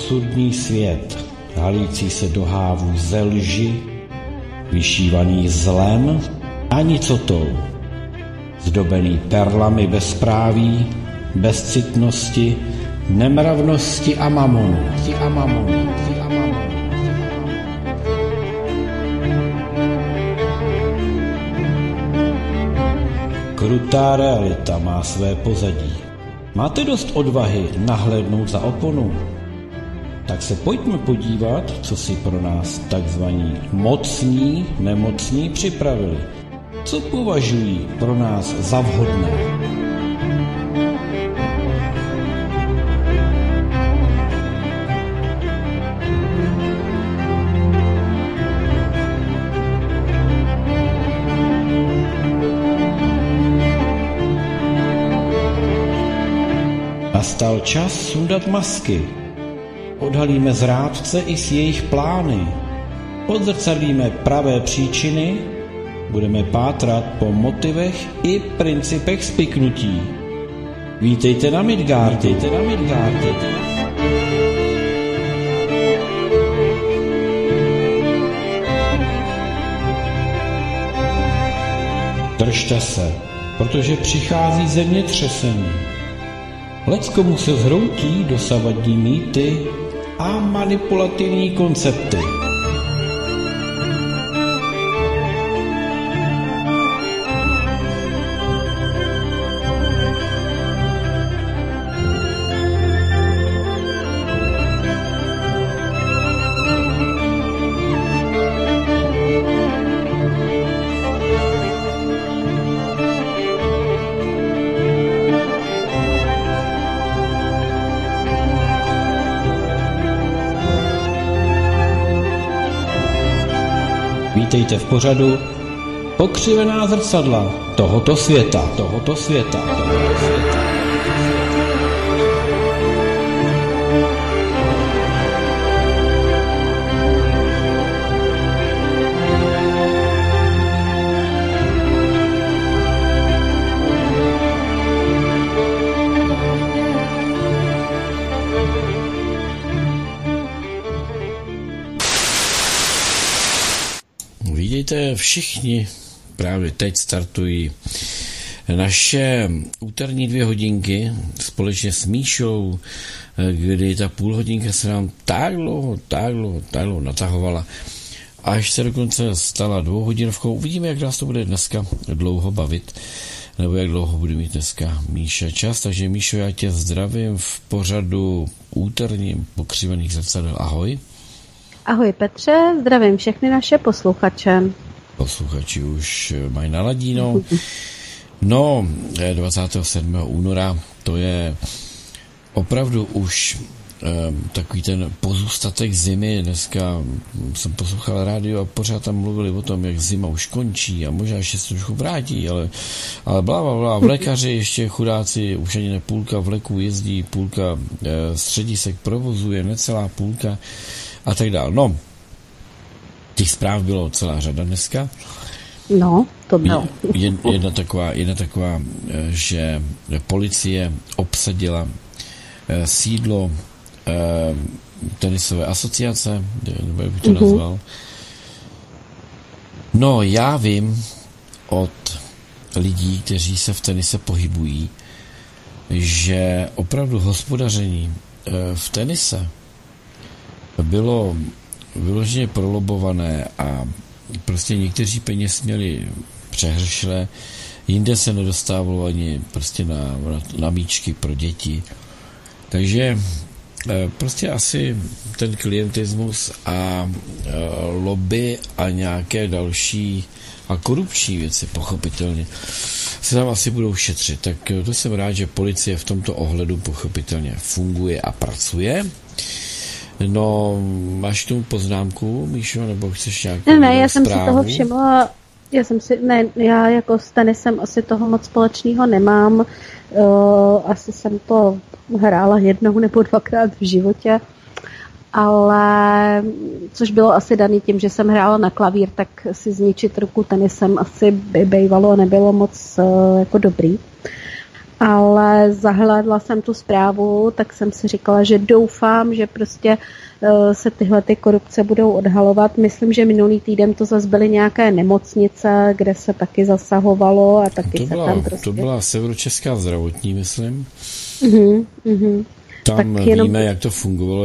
absurdní svět, halící se do hávů ze lži, vyšívaný zlem a nicotou, zdobený perlami bezpráví, bezcitnosti, nemravnosti a mamonu. Krutá realita má své pozadí. Máte dost odvahy nahlédnout za oponu? Tak se pojďme podívat, co si pro nás takzvaní mocní, nemocní připravili. Co považují pro nás za vhodné? Nastal čas sundat masky. Odhalíme zrádce i s jejich plány. Odzrcadlíme pravé příčiny. Budeme pátrat po motivech i principech spiknutí. Vítejte na Midgardu. Držte se, protože přichází zemětřesení. Leckomu se zhroutí dosavadní mýty a manipulativní koncepty. Vítejte v pořadu Pokřivená zrcadla tohoto světa. Vidíte, všichni právě teď startují naše úterní 2 hodinky společně s Míšou, kdy ta půl hodinka se nám tak dlouho natahovala, až se dokonce stala 2 hodinovkou. Uvidíme, jak nás to bude dneska dlouho bavit, nebo jak dlouho bude mít dneska Míša čas. Takže Míšo, já tě zdravím v pořadu úterním Pokřivených zrcadel. Ahoj. Ahoj Petře, zdravím všechny naše posluchače. Posluchači už mají naladíno. No, 27. února, to je opravdu už takový ten pozůstatek zimy. Dneska jsem poslouchal rádio a pořád tam mluvili o tom, jak zima už končí a možná ještě se trošku vrátí, ale blablabla. Vlekaři ještě chudáci, už ani ne půlka vleků jezdí, půlka středisek provozuje, necelá půlka a tak dále. No, těch zpráv bylo celá řada dneska. No, to bylo. Jedna taková, že policie obsadila sídlo tenisové asociace, nebo jak bych to nazval. No, já vím od lidí, kteří se v tenise pohybují, že opravdu hospodaření v tenise bylo vyloženě prolobované a prostě někteří peněz měli přehršle, jinde se nedostávalo ani prostě na míčky pro děti. Takže prostě asi ten klientismus a lobby a nějaké další a korupční věci pochopitelně se tam asi budou šetřit. Tak to jsem rád, že policie v tomto ohledu pochopitelně funguje a pracuje. No, máš k tomu poznámku, Míšo, nebo chceš nějakou Ne, já jsem si toho všimla, já jako s tenisem asi toho moc společného nemám, asi jsem to hrála 1 nebo 2krát v životě, ale což bylo asi daný tím, že jsem hrála na klavír, tak si zničit ruku tenisem asi by bývalo nebylo moc jako dobrý. ale zahlédla jsem tu zprávu, tak jsem si říkala, že doufám, že prostě se tyhle ty korupce budou odhalovat. Myslím, že minulý týden to zase byly nějaké nemocnice, kde se taky zasahovalo a taky se tam prostě... To byla Severočeská zdravotní, myslím. Tam tak víme, jak to fungovalo.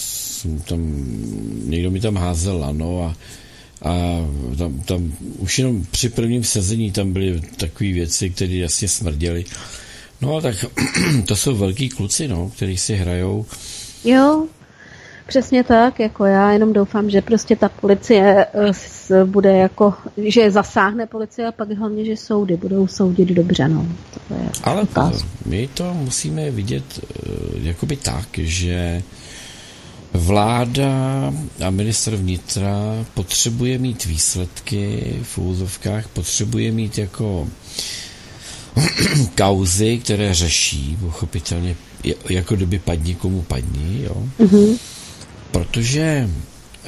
Někdo mi tam házel lano a tam už jenom při prvním sezení tam byly takové věci, které jasně smrděly. No tak to jsou velký kluci, no, který si hrajou. Jo, přesně tak, jako já jenom doufám, že prostě ta policie bude jako, že zasáhne policie a pak hlavně, že soudy budou soudit dobře, no. Ale my to musíme vidět jakoby tak, že vláda a ministr vnitra potřebuje mít výsledky v úzovkách, potřebuje mít jako kauzy, které řeší, pochopitelně, jako kdyby padni komu padni, jo. Protože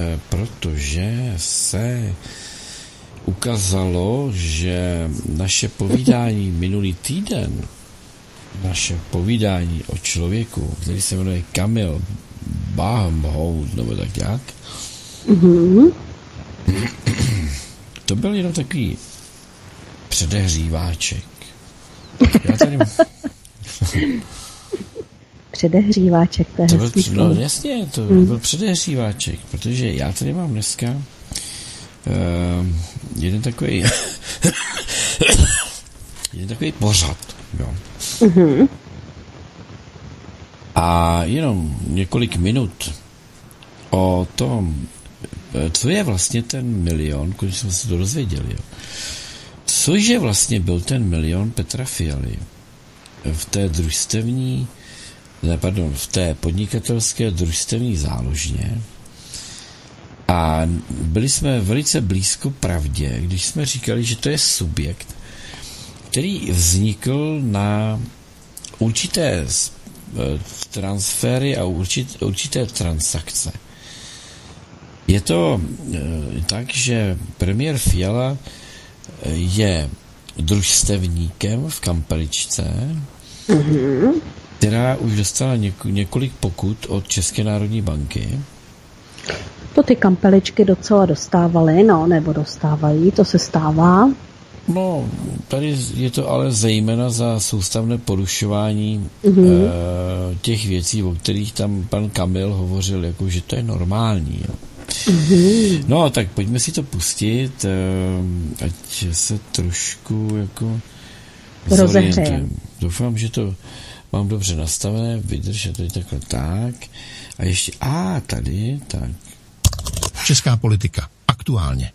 se ukázalo, že naše povídání minulý týden, naše povídání o člověku, který se jmenuje Kamil Bahmhout, nebo tak nějak, to byl jenom takový předehříváček. Já tady... Předehříváček, to je hezký. No jasně, to byl předehříváček, protože já tady mám dneska jeden takový pořad, jo. A jenom několik minut o tom, co je vlastně ten milion, když jsme se to dozvěděli, jo. Cože vlastně byl ten milion Petra Fialy v té podnikatelské družstevní záložně, a byli jsme velice blízko pravdě, když jsme říkali, že to je subjekt, který vznikl na určité transfery a určité transakce. Je to tak, že premiér Fiala je družstevníkem v kampeličce, která už dostala několik pokut od České národní banky. To ty kampeličky docela dostávaly, no, nebo dostávají, to se stává. No, tady je to ale zejména za soustavné porušování těch věcí, o kterých tam pan Kamil hovořil, jako že to je normální. Jo. No, tak pojďme si to pustit, ať se trošku jako rozehřejeme. Doufám, že to mám dobře nastavené, vydrž, a tady takhle tak. A ještě, tady, tak. Česká politika. Aktuálně.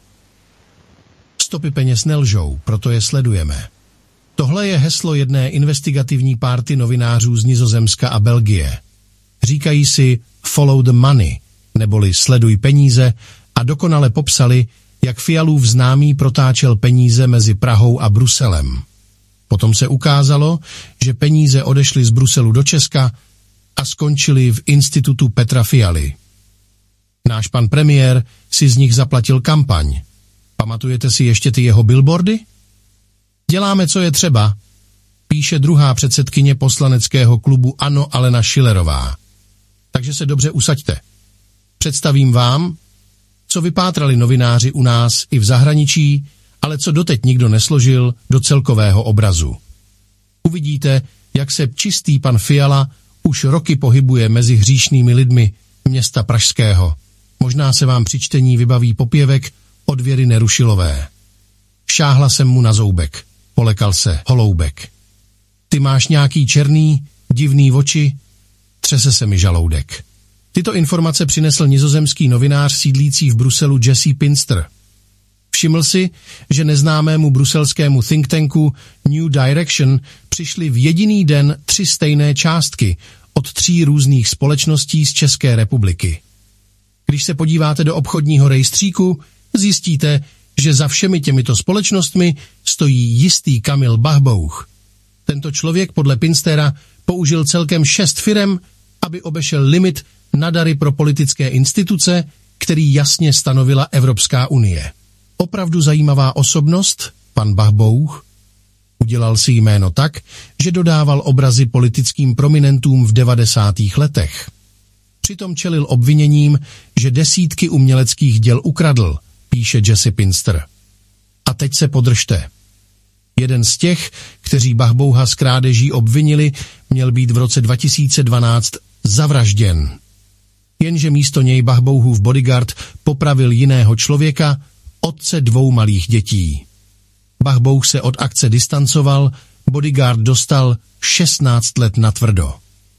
Stopy peněz nelžou, proto je sledujeme. Tohle je heslo jedné investigativní párty novinářů z Nizozemska a Belgie. Říkají si follow the money, neboli sleduj peníze, a dokonale popsali, jak Fialův známý protáčel peníze mezi Prahou a Bruselem. Potom se ukázalo, že peníze odešly z Bruselu do Česka a skončily v institutu Petra Fialy. Náš pan premiér si z nich zaplatil kampaň. Pamatujete si ještě ty jeho billboardy? Děláme, co je třeba, píše druhá předsedkyně poslaneckého klubu ANO Alena Schillerová. Takže se dobře usaďte. Představím vám, co vypátrali novináři u nás i v zahraničí, ale co doteď nikdo nesložil do celkového obrazu. Uvidíte, jak se čistý pan Fiala už roky pohybuje mezi hříšnými lidmi města pražského. Možná se vám při čtení vybaví popěvek od Věry Nerušilové. Šáhla jsem mu na zoubek, polekal se holoubek. Ty máš nějaký černý, divný oči, třese se mi žaloudek. Tyto informace přinesl nizozemský novinář sídlící v Bruselu Jesse Pinster. Všiml si, že neznámému bruselskému think tanku New Direction přišly v jediný den 3 stejné částky od 3 různých společností z České republiky. Když se podíváte do obchodního rejstříku, zjistíte, že za všemi těmito společnostmi stojí jistý Kamil Bahbouch. Tento člověk podle Pinstera použil celkem 6 firem, aby obešel limit na dary pro politické instituce, který jasně stanovila Evropská unie. Opravdu zajímavá osobnost, pan Bahbouch. Udělal si jméno tak, že dodával obrazy politickým prominentům v 90. letech. Přitom čelil obviněním, že desítky uměleckých děl ukradl, píše Jesse Pinster. A teď se podržte. Jeden z těch, kteří Bachboucha z krádeží obvinili, měl být v roce 2012 zavražděn. Jenže místo něj Bachbouchův bodyguard popravil jiného člověka, otce 2 malých dětí. Bachbouch se od akce distancoval, bodyguard dostal 16 let natvrdo.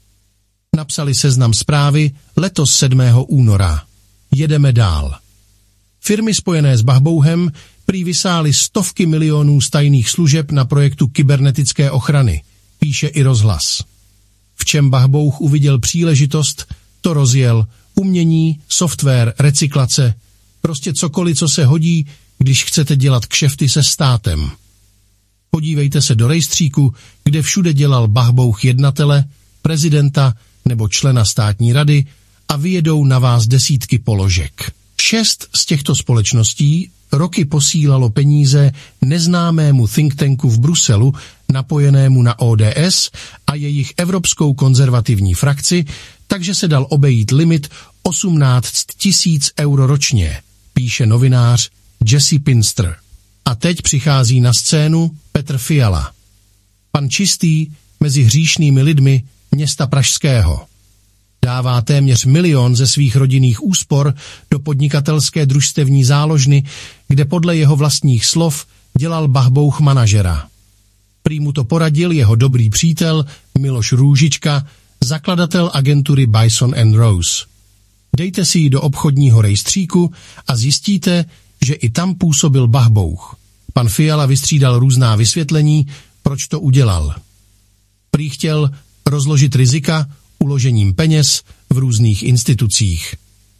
Napsali Seznam Zprávy letos 7. února. Jedeme dál. Firmy spojené s Bachbouchem prý vysály stovky milionů z tajných služeb na projektu kybernetické ochrany, píše i Rozhlas. V čem Bachbouch uviděl příležitost, to rozjel. Umění, software, recyklace, prostě cokoliv, co se hodí, když chcete dělat kšefty se státem. Podívejte se do rejstříku, kde všude dělal Bachbouch jednatele, prezidenta nebo člena státní rady a vyjedou na vás desítky položek. 6 z těchto společností roky posílalo peníze neznámému think tanku v Bruselu, napojenému na ODS a jejich evropskou konzervativní frakci, takže se dal obejít limit 18 000 euro ročně, píše novinář Jesse Pinster. A teď přichází na scénu Petr Fiala. Pan Čistý mezi hříšnými lidmi města Pražského. Dává téměř 1 milion ze svých rodinných úspor do podnikatelské družstevní záložny, kde podle jeho vlastních slov dělal Bachbouch manažera. Prý mu to poradil jeho dobrý přítel Miloš Růžička, zakladatel agentury Bison & Rose. Dejte si ji do obchodního rejstříku a zjistíte, že i tam působil Bachbouch. Pan Fiala vystřídal různá vysvětlení, proč to udělal. Prý chtěl rozložit rizika uložením peněz v různých institucích.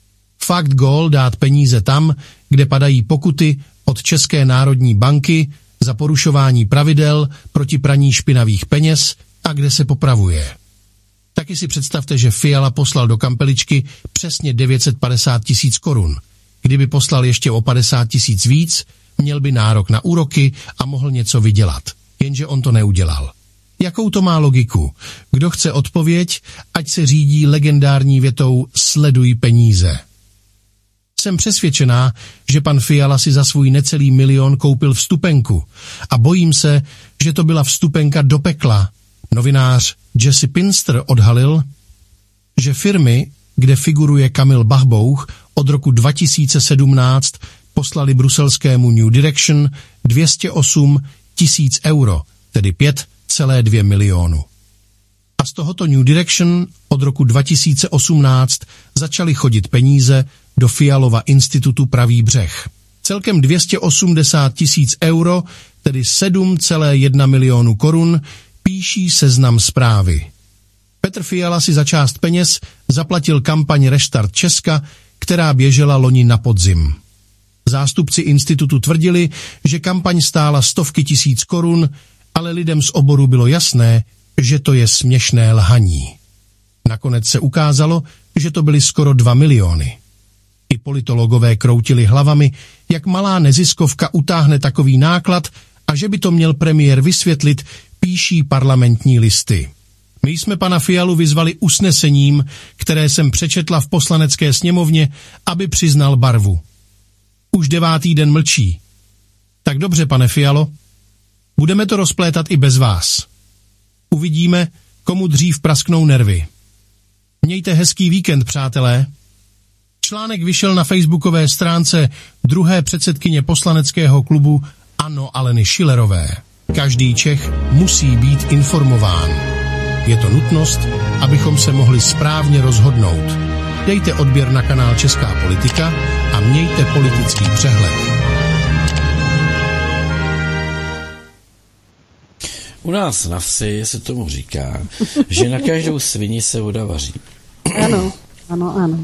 Fakt gól dát peníze tam, kde padají pokuty od České národní banky za porušování pravidel proti praní špinavých peněz a kde se popravuje. Taky si představte, že Fiala poslal do kampeličky přesně 950 000 korun. Kdyby poslal ještě o 50 000 víc, měl by nárok na úroky a mohl něco vydělat. Jenže on to neudělal. Jakou to má logiku? Kdo chce odpověď, ať se řídí legendární větou sleduj peníze. Jsem přesvědčená, že pan Fiala si za svůj necelý 1 milion koupil vstupenku a bojím se, že to byla vstupenka do pekla. Novinář Jesse Pinster odhalil, že firmy, kde figuruje Kamil Bachbouch, od roku 2017 poslali bruselskému New Direction 208 000 euro, tedy 5,2 milionu. A z tohoto New Direction od roku 2018 začaly chodit peníze do Fialova institutu Pravý břeh. Celkem 280 000 euro, tedy 7,1 milionu korun, píší Seznam Zprávy. Petr Fiala si za část peněz zaplatil kampaň Restart Česka, která běžela loni na podzim. Zástupci institutu tvrdili, že kampaň stála stovky tisíc korun, ale lidem z oboru bylo jasné, že to je směšné lhaní. Nakonec se ukázalo, že to byly skoro 2 miliony. I politologové kroutili hlavami, jak malá neziskovka utáhne takový náklad a že by to měl premiér vysvětlit, píší Parlamentní listy. My jsme pana Fialu vyzvali usnesením, které jsem přečetla v Poslanecké sněmovně, aby přiznal barvu. Už 9. den mlčí. Tak dobře, pane Fialo, budeme to rozplétat i bez vás. Uvidíme, komu dřív prasknou nervy. Mějte hezký víkend, přátelé. Článek vyšel na facebookové stránce druhé předsedkyně poslaneckého klubu ANO Aleny Schillerové. Každý Čech musí být informován. Je to nutnost, abychom se mohli správně rozhodnout. Dejte odběr na kanál Česká politika a mějte politický přehled. U nás na vsi se tomu říká, že na každou svini se voda vaří. Ano, ano, ano.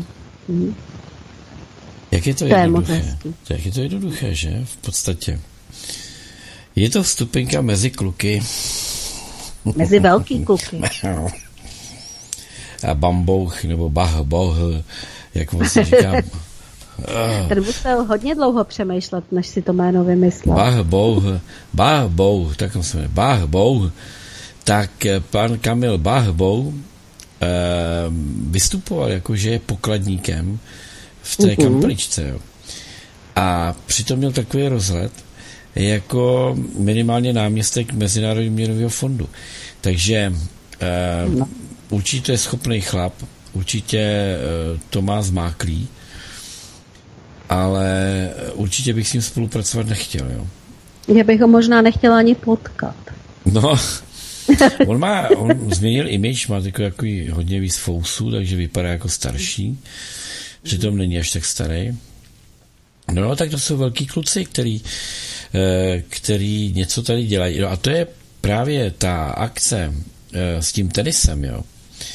Jak je to jednoduché? Jak je to jednoduché, že? V podstatě. Je to vstupenka mezi kluky. Mezi velký kluky. A Bambouch, nebo Bachbouch, jak vlastně říká Ten musel hodně dlouho přemýšlet, než si to jméno vymyslel. Bach-Bouh, tak se jmenuje, Bach-Bouh, tak pan Kamil Bach-Bouh vystupoval jako, že je pokladníkem v té kampeličce, jo. A přitom měl takový rozhled, jako minimálně náměstek Mezinárodního měnového fondu. Takže určitě je schopný chlap, určitě to má zmáklý, ale určitě bych s ním spolupracovat nechtěl, jo. Já bych ho možná nechtěla ani potkat. No, on změnil image, má takový hodně víc fousů, takže vypadá jako starší, přitom není až tak starý. No, tak to jsou velký kluci, který něco tady dělají. No a to je právě ta akce s tím tenisem, jo.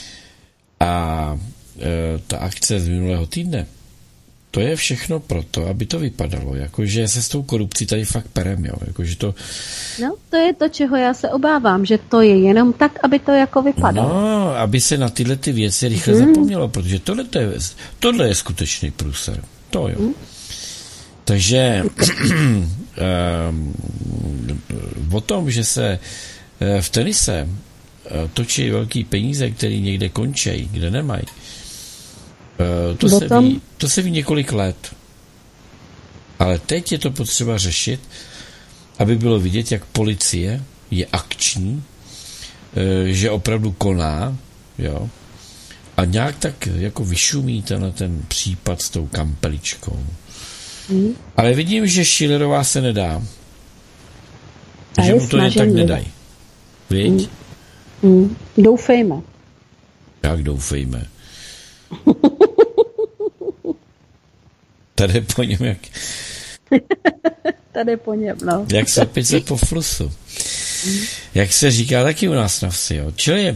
A ta akce z minulého týdne, to je všechno proto, aby to vypadalo, jakože se s tou korupcí tady fakt perem, jo. Jakože to... No, to je to, čeho já se obávám, že to je jenom tak, aby to jako vypadalo. No, aby se na tyhle ty věci rychle zapomnělo, protože tohle je skutečný průser. To jo. Takže o tom, že se v tenise točí velký peníze, které někde končí, kde nemají, to se ví několik let. Ale teď je to potřeba řešit, aby bylo vidět, jak policie je akční, že opravdu koná, jo, a nějak tak jako vyšumí ten případ s tou kampeličkou. Ale vidím, že Schillerová se nedá. Že mu to jen tak nedají. Viď? Doufejme. Jak doufejme? Tady po něm jak... Tady po něm, no. Jak slepice po flusu. Jak se říká taky u nás na vsi, jo. Čili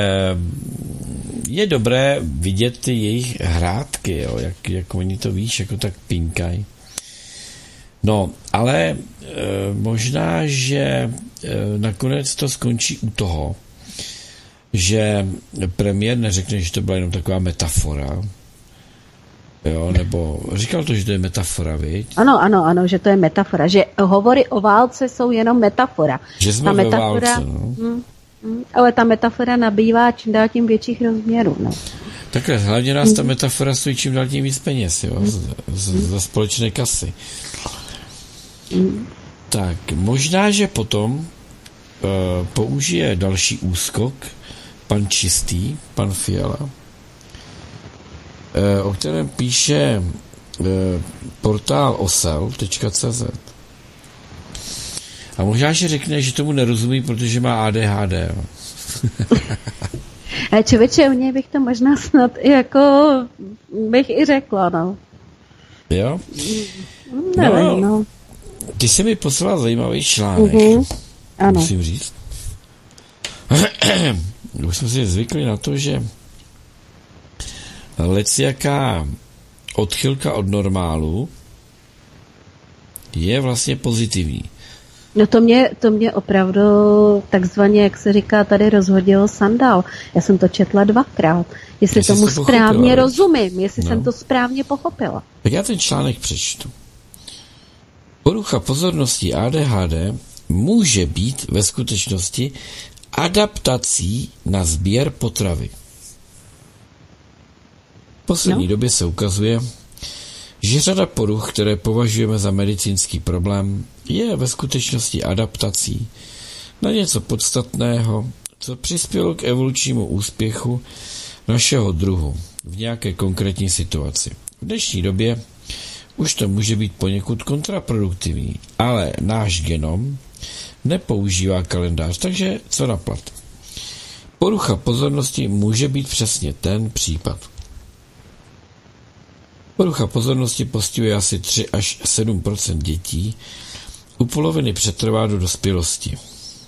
je dobré vidět ty jejich hrátky, jo. Jak oni to, víš, jako tak pinkají. No, ale možná, že nakonec to skončí u toho, že premiér neřekne, že to byla jenom taková metafora, jo, nebo říkal to, že to je metafora, viď? Ano, že to je metafora, že hovory o válce jsou jenom metafora. Že jsme ve válce, no. Ale ta metafora nabývá čím dál tím větších rozměrů, no. Takhle, hlavně nás ta metafora stojí čím dál tím víc peněz, jo, za společné kasy. Tak, možná, že potom použije další úskok pan Čistý, pan Fiala, o kterém píše portál osel.cz. A možná, že řekne, že tomu nerozumí, protože má ADHD. Člověče, u něj bych to možná snad jako bych i řekla, no. Jo? Nevím, no. Ty jsi mi poslal zajímavý článek. Ano. Musím říct. Už jsme si zvykli na to, že lecjaká odchylka od normálu je vlastně pozitivní. No to mě opravdu takzvaně, jak se říká, tady rozhodilo sandál. Já jsem to četla 2krát. Jestli tomu správně rozumím, jestli jsem to správně pochopila. Tak já ten článek přečtu. Porucha pozornosti ADHD může být ve skutečnosti adaptací na sběr potravy. V poslední době se ukazuje, že řada poruch, které považujeme za medicínský problém, je ve skutečnosti adaptací na něco podstatného, co přispělo k evolučnímu úspěchu našeho druhu v nějaké konkrétní situaci. V dnešní době už to může být poněkud kontraproduktivní, ale náš genom nepoužívá kalendář, takže co naplat. Porucha pozornosti může být přesně ten případ. Porucha pozornosti postihuje asi 3 až 7% dětí, u poloviny přetrvá do dospělosti.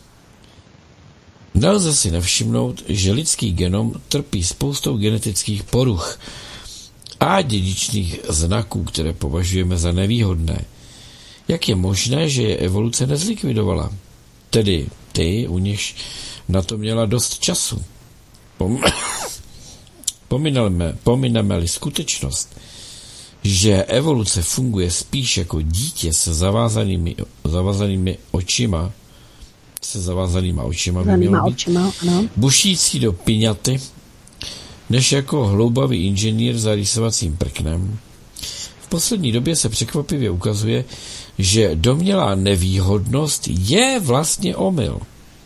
Nelze si nevšimnout, že lidský genom trpí spoustou genetických poruch a dědičných znaků, které považujeme za nevýhodné. Jak je možné, že je evoluce nezlikvidovala? Tedy ty, u nichž na to měla dost času. Pomineme-li skutečnost, že evoluce funguje spíš jako dítě se zavázanýma očima, by mělo být, bušící do piňaty, než jako hloubavý inženýr za rýsovacím prknem. V poslední době se překvapivě ukazuje, že domnělá nevýhodnost je vlastně omyl.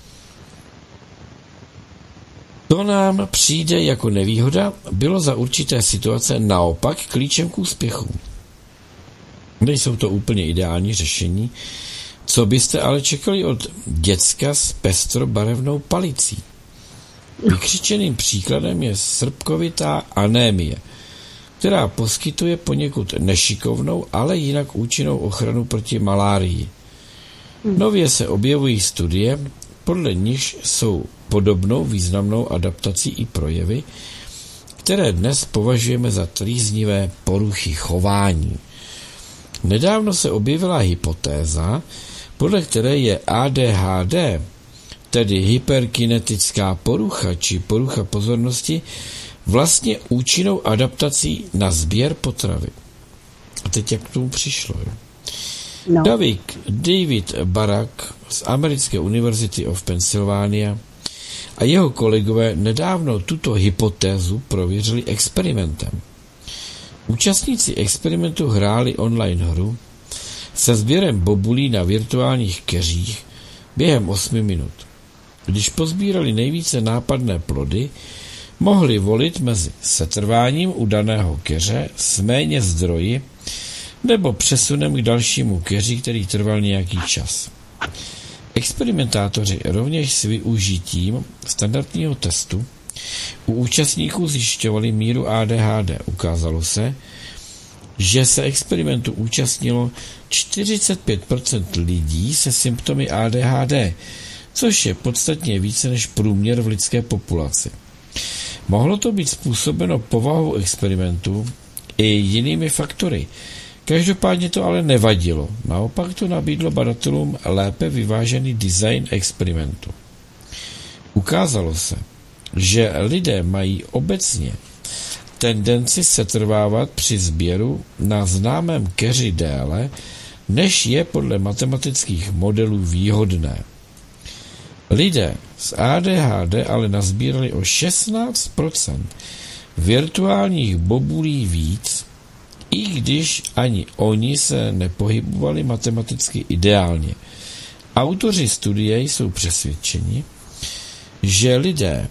To nám přijde jako nevýhoda, bylo za určité situace naopak klíčem k úspěchu. Nejsou to úplně ideální řešení, co byste ale čekali od děcka s pestrobarevnou palicí. Vykřičeným příkladem je srpkovitá anémie, která poskytuje poněkud nešikovnou, ale jinak účinnou ochranu proti malárii. Nově se objevují studie, podle nichž jsou podobnou významnou adaptací i projevy, které dnes považujeme za trýznivé poruchy chování. Nedávno se objevila hypotéza, podle které je ADHD, tedy hyperkinetická porucha či porucha pozornosti, vlastně účinnou adaptací na sběr potravy. A teď jak k tomu přišlo? No. David Barak z Americké University of Pennsylvania a jeho kolegové nedávno tuto hypotézu prověřili experimentem. Účastníci experimentu hráli online hru se sběrem bobulí na virtuálních keřích během 8 minut. Když pozbírali nejvíce nápadné plody, mohli volit mezi setrváním u daného keře s méně zdroji nebo přesunem k dalšímu keři, který trval nějaký čas. Experimentátoři rovněž s využitím standardního testu u účastníků zjišťovali míru ADHD. Ukázalo se, že se experimentu účastnilo 45% lidí se symptomy ADHD, což je podstatně více než průměr v lidské populaci. Mohlo to být způsobeno povahou experimentu i jinými faktory. Každopádně to ale nevadilo. Naopak to nabídlo badatelům lépe vyvážený design experimentu. Ukázalo se, že lidé mají obecně tendenci setrvávat při sběru na známém keři déle, než je podle matematických modelů výhodné. Lidé s ADHD ale nazbírali o 16% virtuálních bobulí víc, i když ani oni se nepohybovali matematicky ideálně. Autoři studie jsou přesvědčeni, že lidé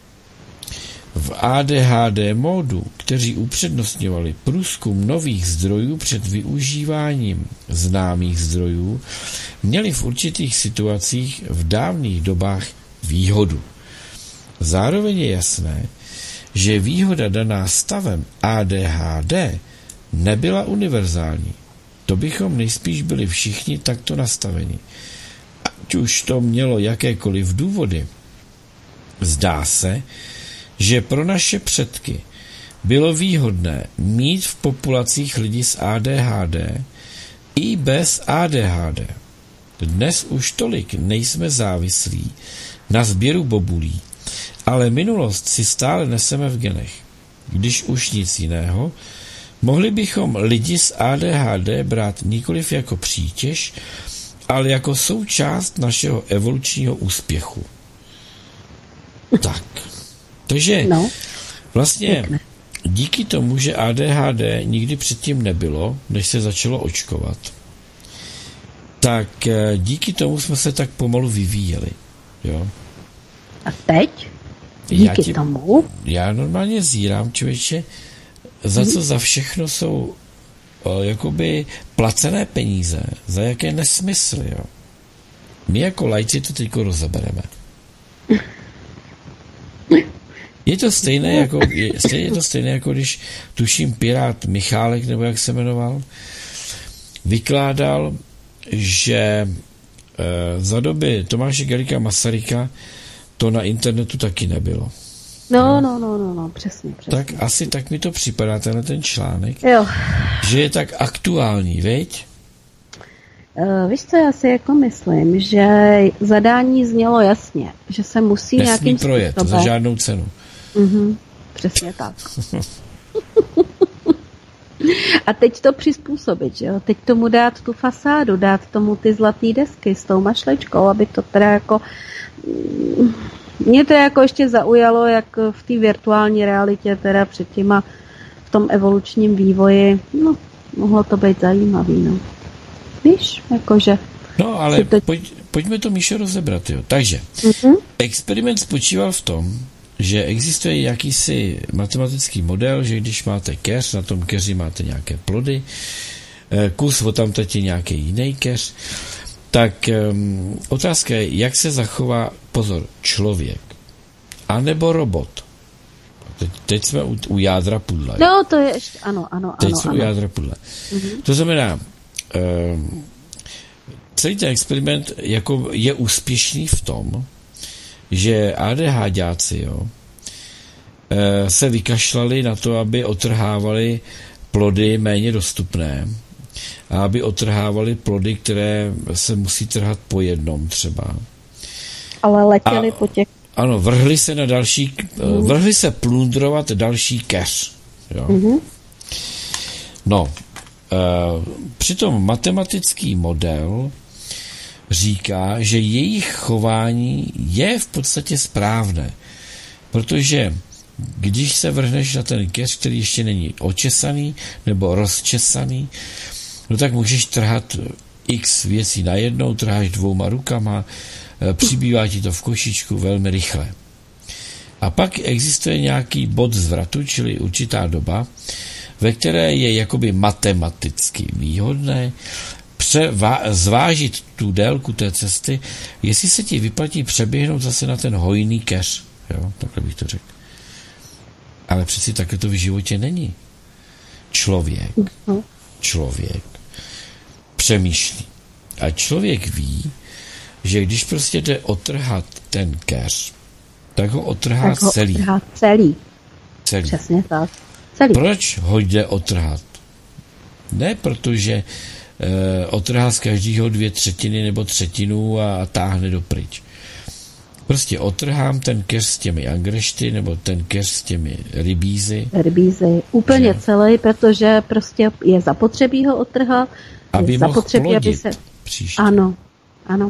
v ADHD módu, kteří upřednostňovali průzkum nových zdrojů před využíváním známých zdrojů, měli v určitých situacích v dávných dobách výhodu. Zároveň je jasné, že výhoda daná stavem ADHD nebyla univerzální. To bychom nejspíš byli všichni takto nastaveni. Ať už to mělo jakékoliv důvody, zdá se, že pro naše předky bylo výhodné mít v populacích lidí s ADHD i bez ADHD. Dnes už tolik nejsme závislí na sběru bobulí, ale minulost si stále neseme v genech. Když už nic jiného, mohli bychom lidi s ADHD brát nikoliv jako přítěž, ale jako součást našeho evolučního úspěchu. Tak. Takže vlastně díky tomu, že ADHD nikdy předtím nebylo, než se začalo očkovat, tak díky tomu jsme se tak pomalu vyvíjeli. Jo? A teď? Díky tomu? Já normálně zírám, člověče, za co za všechno jsou jakoby placené peníze, za jaké nesmysly. Jo? My jako lajci to teďko rozebereme. Je to stejné jako když tuším pirát Michálek, nebo jak se jmenoval, vykládal, že za doby Tomáše Garrigua Masaryka to na internetu taky nebylo. No, přesně. Tak asi tak mi to připadá, ten článek, jo. Že je tak aktuální, viď? Víš co, já si jako myslím, že zadání znělo jasně, že se musí nějakým projet, způsobem... za žádnou cenu. Přesně tak. A teď to přizpůsobit, že jo? Teď tomu dát tu fasádu, dát tomu ty zlaté desky s tou mašlečkou, aby to teda jako... Mě to jako ještě zaujalo, jak v té virtuální realitě teda před těma v tom evolučním vývoji, no, mohlo to být zajímavý, no. Víš, jakože... No, ale pojďme to, Míšo, rozebrat, jo. Takže, experiment spočíval v tom, že existuje jakýsi matematický model, že když máte keř, na tom keři máte nějaké plody, kus odtamtud je nějaký jiný keř, tak otázka je, jak se zachová, pozor, člověk, anebo robot. Teď jsme u jádra pudla. No, to je ještě, ano. Teď jsme u jádra pudla. To znamená, celý ten experiment jako je úspěšný v tom, že ADHďáci, jo, se vykašlali na to, aby otrhávali plody méně dostupné a aby otrhávali plody, které se musí trhat po jednom třeba. Ale letěli po těch... Ano, vrhli se plundrovat další keř. Jo. No, přitom matematický model říká, že jejich chování je v podstatě správné, protože když se vrhneš na ten keř, který ještě není očesaný nebo rozčesaný, no tak můžeš trhat x věcí najednou, trháš 2 rukama, přibývá ti to v košičku velmi rychle. A pak existuje nějaký bod zvratu, čili určitá doba, ve které je jakoby matematicky výhodné zvážit tu délku té cesty, jestli se ti vyplatí přeběhnout zase na ten hojný keř. Jo, takhle bych to řekl. Ale přeci takhle to v životě není. Člověk přemýšlí. A člověk ví, že když prostě jde otrhat ten keř, tak ho otrhá celý. Přesně tak. Celý. Proč ho jde otrhat? Ne protože otrhá z každého 2/3 nebo 1/3 a táhne dopryč. Prostě otrhám ten keř s těmi angrešty nebo ten keř s těmi rybízy. Úplně celý, protože prostě je zapotřebí ho otrhat. Aby mohl plodit příště. Ano.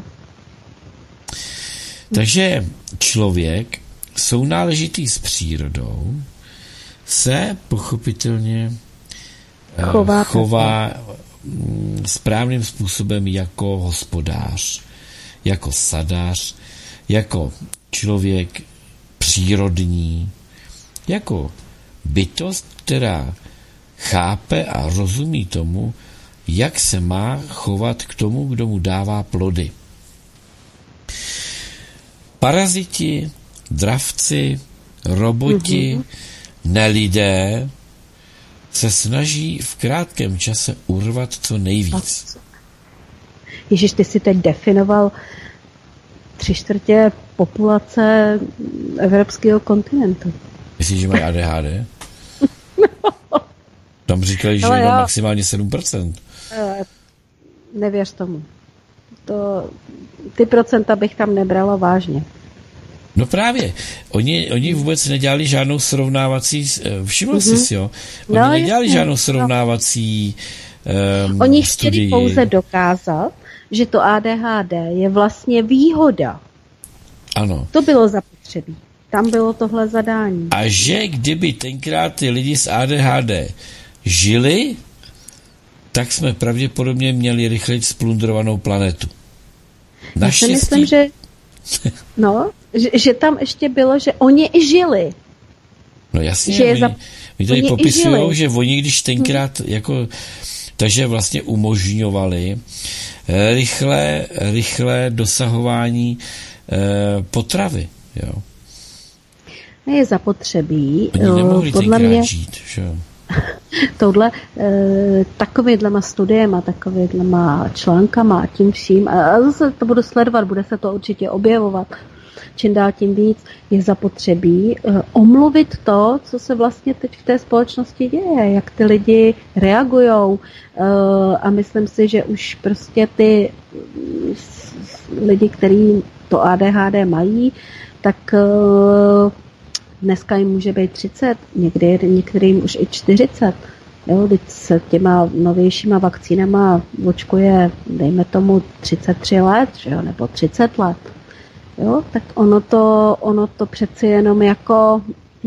Takže člověk, sounáležitý s přírodou, se pochopitelně chová správným způsobem jako hospodář, jako sadář, jako člověk přírodní, jako bytost, která chápe a rozumí tomu, jak se má chovat k tomu, kdo mu dává plody. Paraziti, dravci, roboti, nelidé se snaží v krátkém čase urvat co nejvíc. Ježiš, ty si teď definoval 3/4 populace evropského kontinentu. Myslíš, že mají ADHD? Tam říkali, že je maximálně 7%. Nevěř tomu. Ty procenta bych tam nebrala vážně. No právě. Oni vůbec nedělali žádnou srovnávací... Všiml jsi si, jo? Oni nedělali žádnou srovnávací Oni studii. chtěli pouze dokázat, že to ADHD je vlastně výhoda. Ano. To bylo zapotřebí. Tam bylo tohle zadání. A že kdyby tenkrát ty lidi s ADHD žili, tak jsme pravděpodobně měli rychleji splundrovanou planetu. Naštěstí... Já si myslím, že tam ještě bylo, že oni i žili. No jasně, oni tady popisují, že oni když tenkrát takže vlastně umožňovali rychlé dosahování potravy. Jo. Je zapotřebí. Oni nemohli tenkrát žít, že jo. Takovýhlema studiema, takovýhlema článkama a tím vším, a zase to budu sledovat, bude se to určitě objevovat, čím dál tím víc, je zapotřebí omluvit to, co se vlastně teď v té společnosti děje, jak ty lidi reagujou, a myslím si, že už prostě ty lidi, kteří to ADHD mají, tak dneska jim může být 30, některým už i 40. Jo, teď se těma novějšíma vakcínama očkuje, dejme tomu, 33 let, že jo, nebo 30 let. Jo, tak ono to přeci jenom jako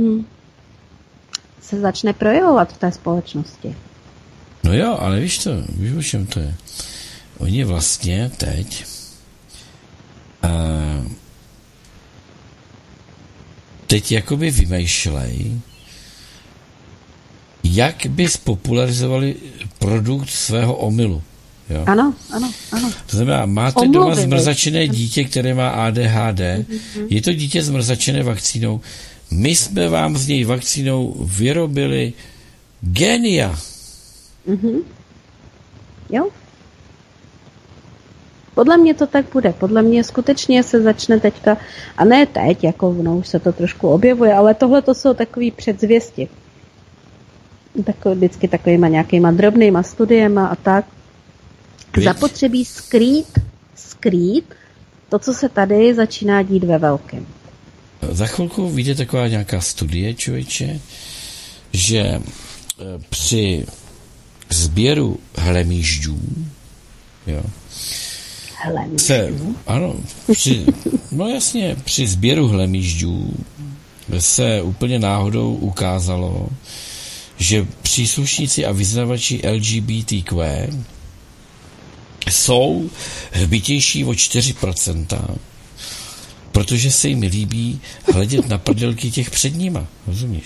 se začne projevovat v té společnosti. No jo, ale víš, o čem to je? Oni vlastně teď jakoby vymýšlej, jak by spopularizovali produkt svého omylu. Jo? Ano. To znamená, máte doma zmrzačené dítě, které má ADHD, je to dítě zmrzačené vakcínou, my jsme vám z něj vakcínou vyrobili génia. Jo. Podle mě to tak bude. Podle mě skutečně se začne teďka, a ne teď, jako už se to trošku objevuje, ale tohle to jsou takový předzvěsti. Vždycky takovýma nějakýma drobnýma studiema a tak. Zapotřebí skrýt to, co se tady začíná dít ve velkém. Za chvilku vyjde taková nějaká studie, člověče, že při sběru hlemýždů, jo, při sběru hlemýždů se úplně náhodou ukázalo, že příslušníci a vyznavači LGBTQ jsou hbitější o 4%, protože se jim líbí hledět na prdelky těch před nima, rozumíš?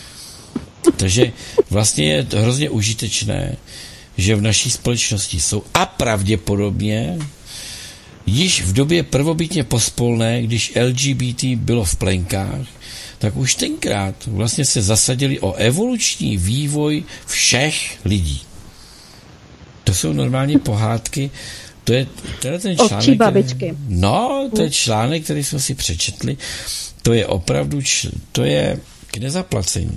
Takže vlastně je to hrozně užitečné, že v naší společnosti jsou a pravděpodobně již v době prvobitně pospolné, když LGBT bylo v plenkách, tak už tenkrát vlastně se zasadili o evoluční vývoj všech lidí. To jsou normálně pohádky, to je ten článek, to je článek, který jsme si přečetli, to je opravdu, to je k nezaplacení.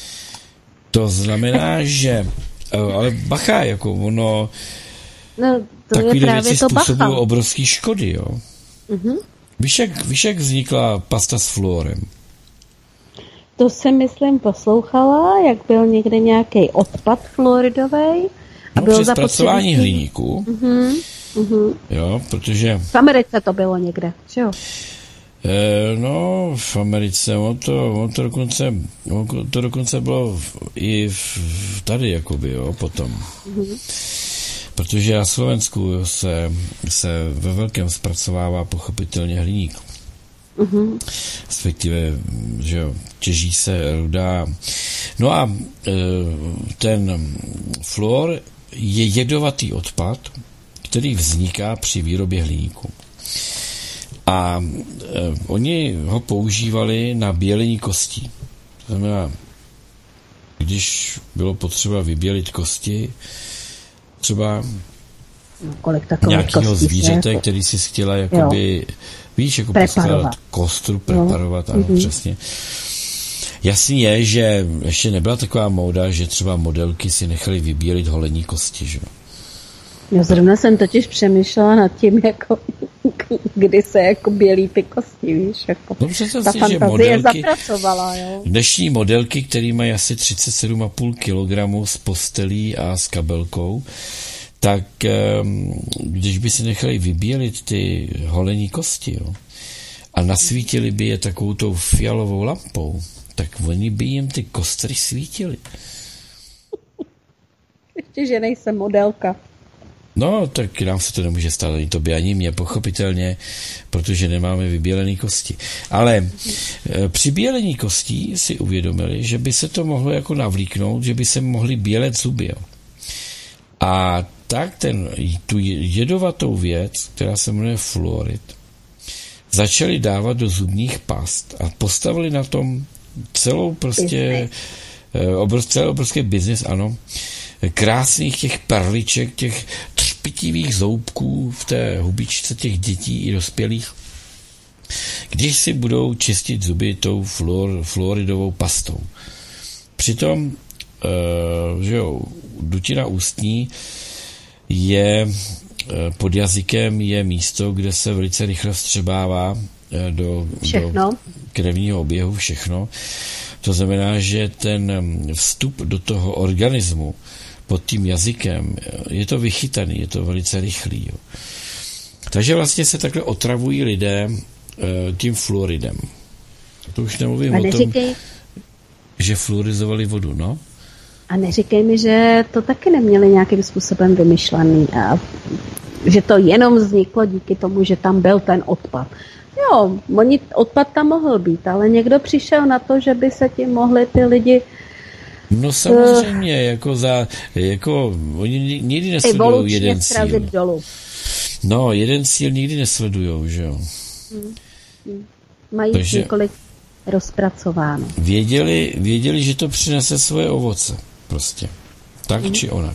To znamená, že ale bacha, jako ono takovýhle věci způsobují obrovský škody, jo. Víš, jak vznikla pasta s fluorem? To jsem, myslím, poslouchala, jak byl někde nějaký odpad fluoridový. A byl při zpracování hliníku, jo, protože... V Americe to bylo někde, že jo? No, v Americe, on to dokonce bylo i tady, jakoby, jo, potom. Protože na Slovensku se ve velkém zpracovává pochopitelně hliník. Respektive, že jo, těží se ruda. No a ten fluor je jedovatý odpad, který vzniká při výrobě hliníku. A oni ho používali na bělení kostí. To znamená, když bylo potřeba vybělit kosti, třeba nějakého zvířete, který si chtěla jakoby, víš, jako poskládat kostru, preparovat, ano, přesně. Jasný je, že ještě nebyla taková móda, že třeba modelky si nechali vybělit holení kosti, že? Já zrovna jsem totiž přemýšlela nad tím, jako kdy se jako bělí ty kosti, víš, jako no, ta si, fantazie zapracovala, jo. Dnešní modelky, které mají asi 37,5 kg z postelí a s kabelkou, tak když by si nechali vybělit ty holení kosti, jo, a nasvítili by je takovou tou fialovou lampou, tak oni by jim ty kostry svítily. Ještě, že nejsem modelka. No, tak nám se to nemůže stát, ani tobě, ani mě, pochopitelně, protože nemáme vybělený kosti. Ale při bělení kostí si uvědomili, že by se to mohlo jako navlíknout, že by se mohly bělet zuby. Jo. A tak tu jedovatou věc, která se jmenuje fluorid, začali dávat do zubních past a postavili na tom celou prostě celý obrovský biznis, ano, krásných těch perliček, těch třpitivých zoubků v té hubičce těch dětí i dospělých, když si budou čistit zuby tou fluoridovou pastou. Přitom, že jo, dutina ústní je pod jazykem je místo, kde se velice rychle vstřebává do krevního oběhu všechno. To znamená, že ten vstup do toho organismu pod tím jazykem, je to vychytaný, je to velice rychlý. Jo. Takže vlastně se takhle otravují lidé tím fluoridem. To už nemluvím o tom, že fluorizovali vodu, no. A neříkej mi, že to taky neměli nějakým způsobem vymyšlený a že to jenom vzniklo díky tomu, že tam byl ten odpad. Jo, odpad tam mohl být, ale někdo přišel na to, že by se tím mohli ty lidi... No samozřejmě, oni nikdy nesledují jeden cíl. Dolů. No, jeden cíl nikdy nesledujou, že jo. Mají několik rozpracováno. Věděli, že to přinese svoje ovoce. Prostě. Tak či onak.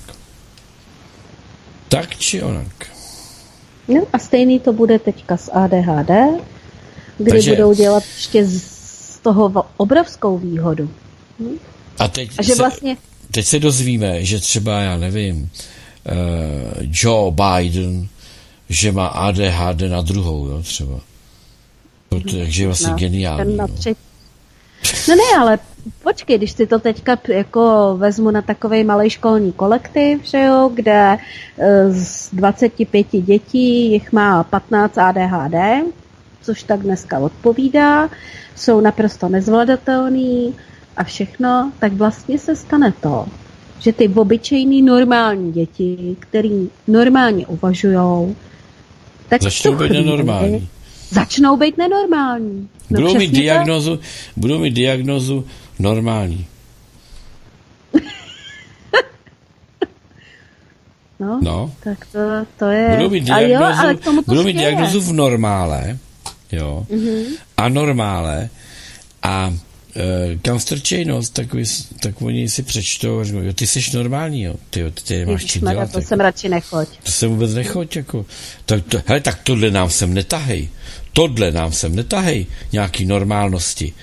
Tak či onak. No a stejný to bude teďka s ADHD, kdy budou dělat ještě z toho obrovskou výhodu. A teď se dozvíme, že třeba, já nevím, Joe Biden, že má ADHD na druhou, jo, třeba. Takže je vlastně geniální. No ne, ale počkej, když si to teďka jako vezmu na takovej malej školní kolektiv, že jo, kde z 25 dětí jich má 15 ADHD, což tak dneska odpovídá, jsou naprosto nezvladatelný a všechno, tak vlastně se stane to, že ty obyčejný normální děti, který normálně uvažujou, tak začnou být nenormální. No budou mít diagnózu normální. No. Tak to je... Budou mít diagnózu v normále, jo, a normále, a kam strčej nos, tak oni si přečtou a řeknou, jo, ty jsi normální, jo, ty nemáš čím dělat. To jsem radši nechoď. To jsem vůbec nechoď, jako. Tak tohle nám sem netahej, nějaký normálnosti.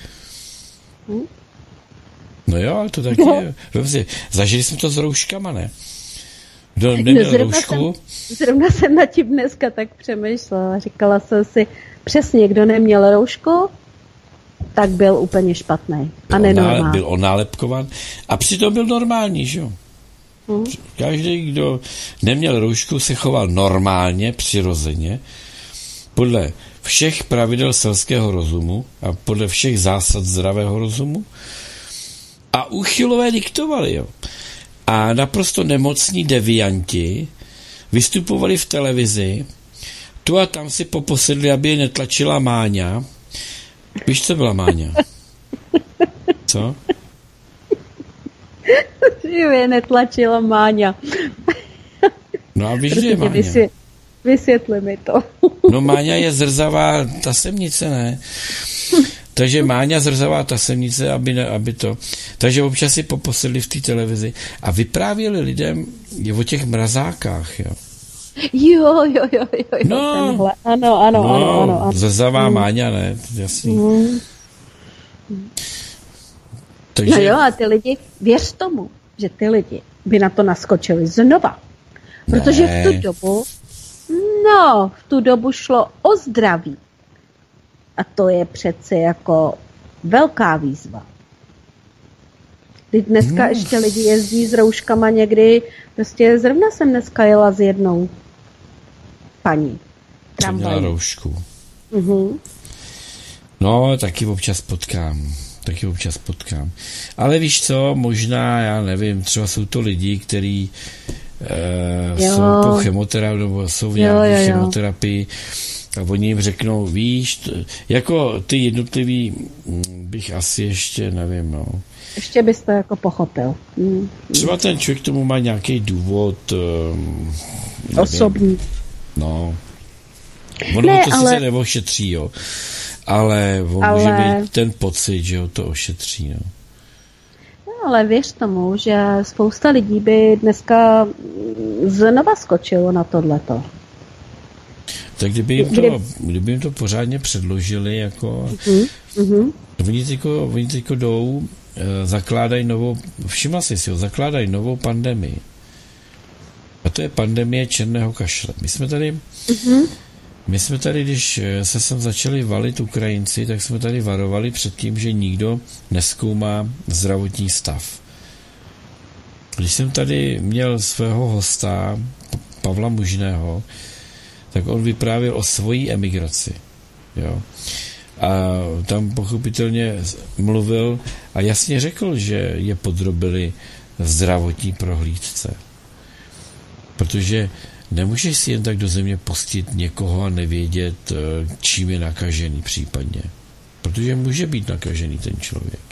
No jo, ale to taky je. Zažili jsme to s rouškama, ne? Kdo neměl roušku? Zrovna jsem na tím dneska tak přemýšlela. Říkala jsem si, přesně, kdo neměl roušku, tak byl úplně špatný a nenormální. Byl onálepkovan a přitom byl normální, že jo? Každý, kdo neměl roušku, se choval normálně, přirozeně, podle všech pravidel selského rozumu a podle všech zásad zdravého rozumu, a úchylové diktovali, jo. A naprosto nemocní devianti vystupovali v televizi, tu a tam si poposedli, aby je netlačila Máňa. Víš, co byla Máňa? Co? Je netlačila Máňa. No a víš, kde je Máňa? Vysvětli mi to. No Máňa je zrzavá tasemnice, ne? Takže Máňa zrzavá tasemnice, aby to... Takže občas si poposedli v té televizi a vyprávěli lidem o těch mrazákách, jo. Jo. No, ano. Zrzavá Máňa, ne? Jasný. Takže... No jo, a ty lidi, věř tomu, že ty lidi by na to naskočili znova. Protože v tu dobu šlo o zdraví. A to je přece jako velká výzva. Když dneska ještě lidi jezdí s rouškama někdy, prostě zrovna jsem dneska jela s jednou paní. Měla roušku. No, taky občas potkám. Ale víš co, možná, já nevím, třeba jsou to lidi, kteří jsou po chemoterapii, nebo jsou v nějaké chemoterapii, a oni jim řeknou, víš, jako ty jednotlivý bych asi ještě, nevím, no. Ještě bys to jako pochopil. Třeba ten člověk tomu má nějaký důvod osobní. No. Ono to sice neošetří, jo. Ale může být ten pocit, že ho to ošetří, no. No, ale věř tomu, že spousta lidí by dneska znova skočilo na tohleto. Tak kdyby jim to pořádně předložili, jako oni teďko jdou, zakládají novou pandemii. A to je pandemie černého kašle. My jsme tady My jsme tady, když se sem začali valit Ukrajinci, tak jsme tady varovali před tím, že nikdo nezkoumá zdravotní stav. Když jsem tady měl svého hosta, Pavla Mužného, tak on vyprávěl o svojí emigraci. Jo. A tam pochopitelně mluvil a jasně řekl, že je podrobili zdravotní prohlídce. Protože nemůžeš si jen tak do země pustit někoho a nevědět, čím je nakažený případně. Protože může být nakažený ten člověk.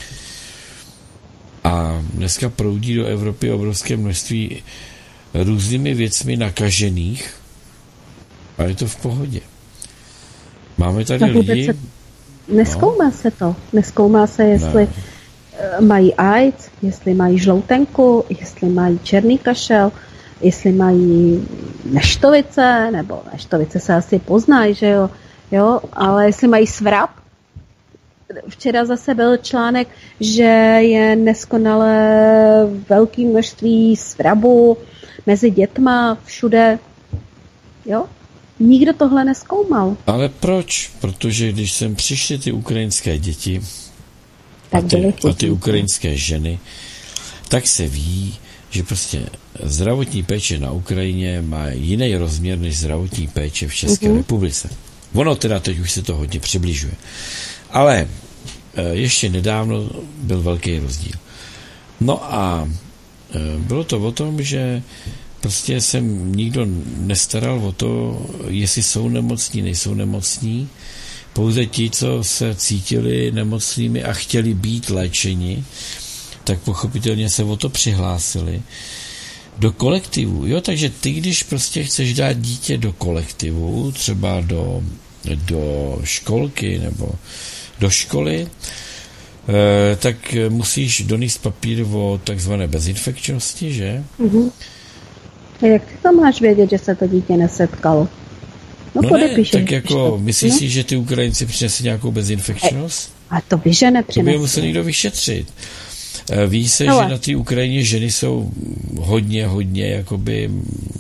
A dneska proudí do Evropy obrovské množství různými věcmi nakažených a je to v pohodě. Máme tady lidi... Neskoumá se to. Neskoumá se, jestli mají AIDS, jestli mají žloutenku, jestli mají černý kašel, jestli mají neštovice, nebo neštovice se asi poznají, že jo, ale jestli mají svrap. Včera zase byl článek, že je neskonale velké množství svrabu mezi dětma všude, jo. Nikdo tohle nezkoumal. Ale proč? Protože když sem přišly ty ukrajinské děti a ty ukrajinské ženy, tak se ví, že prostě zdravotní péče na Ukrajině má jiný rozměr než zdravotní péče v České republice. Ono teda teď už se to hodně přibližuje. Ale ještě nedávno byl velký rozdíl. No a bylo to o tom, že prostě se nikdo nestaral o to, jestli jsou nemocní, nejsou nemocní. Pouze ti, co se cítili nemocnými a chtěli být léčeni, tak pochopitelně se o to přihlásili do kolektivu. Jo, takže ty, když prostě chceš dát dítě do kolektivu, třeba do školky nebo do školy, tak musíš donést papír o takzvané bezinfekčnosti, že? A jak ty to máš vědět, že se to dítě nesetkalo? No ne, tak jako myslíš si, že ty Ukrajinci přinesli nějakou bezinfekčnost? A to by, že nepřinesli. To by je musel někdo vyšetřit. Ví se, že na té Ukrajině ženy jsou hodně jakoby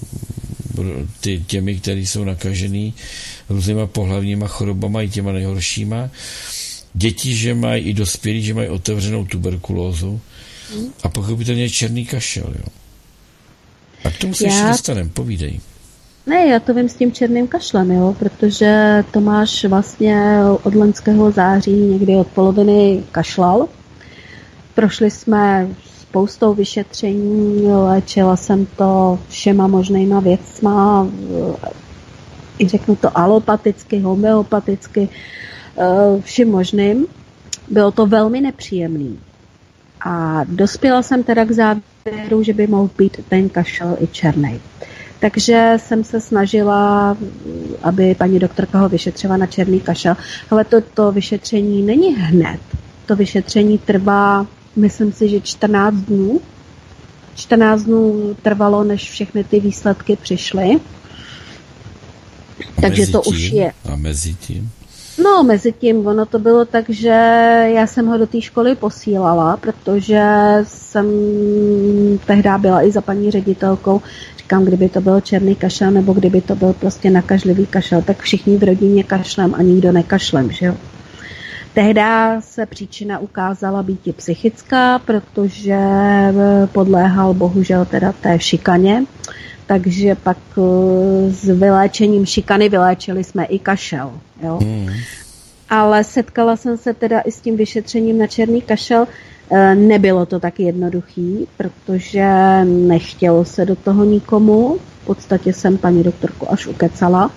těmi, kteří jsou nakažený různýma pohlavníma chorobama i těma nejhoršíma. Děti, že mají i dospělí, že mají otevřenou tuberkulózu a pochopitelně černý kašel, jo. A k tomu se ještě dostaneme, povídej. Ne, já to vím s tím černým kašlem, jo, protože Tomáš vlastně od loňského září někdy od poloviny kašlal. Prošli jsme spoustou vyšetření, léčila jsem to všema možnýma věcma, i řeknu to alopaticky, homeopaticky, vším možným. Bylo to velmi nepříjemný. A dospěla jsem teda k závěru, že by mohl být ten kašel i černý. Takže jsem se snažila, aby paní doktorka ho vyšetřila na černý kašel. Ale to vyšetření není hned. To vyšetření trvá, myslím si, že 14 dnů. 14 dnů trvalo, než všechny ty výsledky přišly. Takže to už je. A mezi tím? No, mezi tím, ono to bylo tak, že já jsem ho do té školy posílala, protože jsem tehdy byla i za paní ředitelkou. Říkám, kdyby to byl černý kašel, nebo kdyby to byl prostě nakažlivý kašel, tak všichni v rodině kašlem a nikdo nekašlem, že jo. Tehdy se příčina ukázala být i psychická, protože podléhal bohužel teda té šikaně, takže pak s vyléčením šikany vyléčili jsme i kašel, jo. Ale setkala jsem se teda i s tím vyšetřením na černý kašel. Nebylo to tak jednoduchý, protože nechtělo se do toho nikomu. V podstatě jsem paní doktorku až ukecala.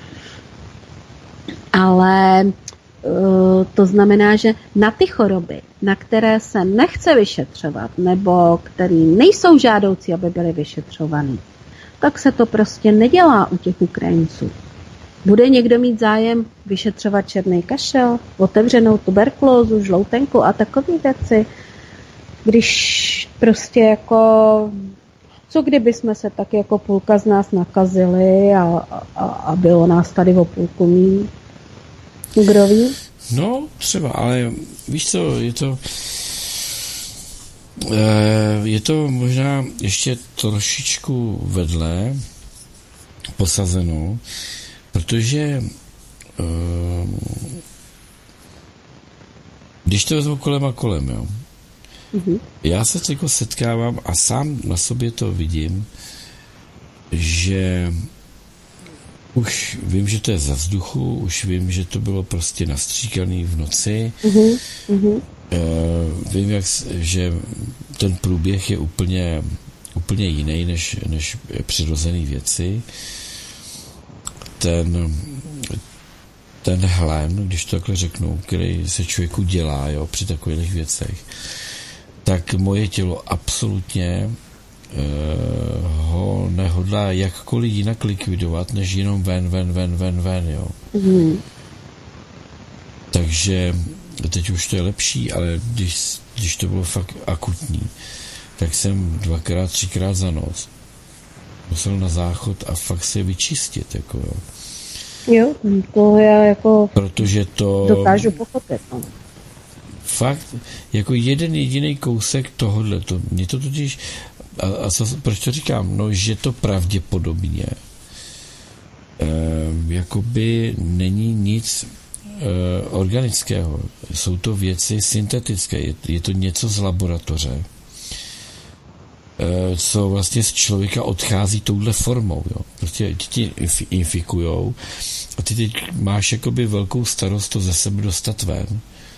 Ale to znamená, že na ty choroby, na které se nechce vyšetřovat, nebo které nejsou žádoucí, aby byly vyšetřovaný, tak se to prostě nedělá u těch Ukrajinců. Bude někdo mít zájem vyšetřovat černý kašel, otevřenou tuberkulózu, žloutenku a takové věci, když prostě jako, co kdyby jsme se tak jako půlka z nás nakazili a bylo nás tady o půlku míň? Kdo ví? No, třeba, ale víš co, je to možná ještě trošičku vedle posazeno, Protože když to vezmu kolem a kolem, jo. Já se jako setkávám a sám na sobě to vidím, že už vím, že to je za vzduchu, už vím, že to bylo prostě nastříkaný v noci. Vím, že ten průběh je úplně jiný než přirozený věci. Ten hlen, když to takhle řeknu, který se člověku dělá, jo, při takových věcech, tak moje tělo absolutně ho nehodlá jakkoliv jinak likvidovat, než jenom ven, jo. Takže teď už to je lepší, ale když to bylo fakt akutní, tak jsem 2x, 3x za noc musel na záchod a fakt se vyčistit, jako jo. Jo, to já jako protože to dokážu pochopit, no. Fakt, jako jeden jediný kousek tohodle, mě to totiž, proč to říkám, no, že to pravděpodobně jakoby není nic organického, jsou to věci syntetické, je to něco z laboratoře, co vlastně z člověka odchází touhle formou, jo. Prostě ti infikujou a ty teď máš jakoby velkou starost to ze sebe dostat ven.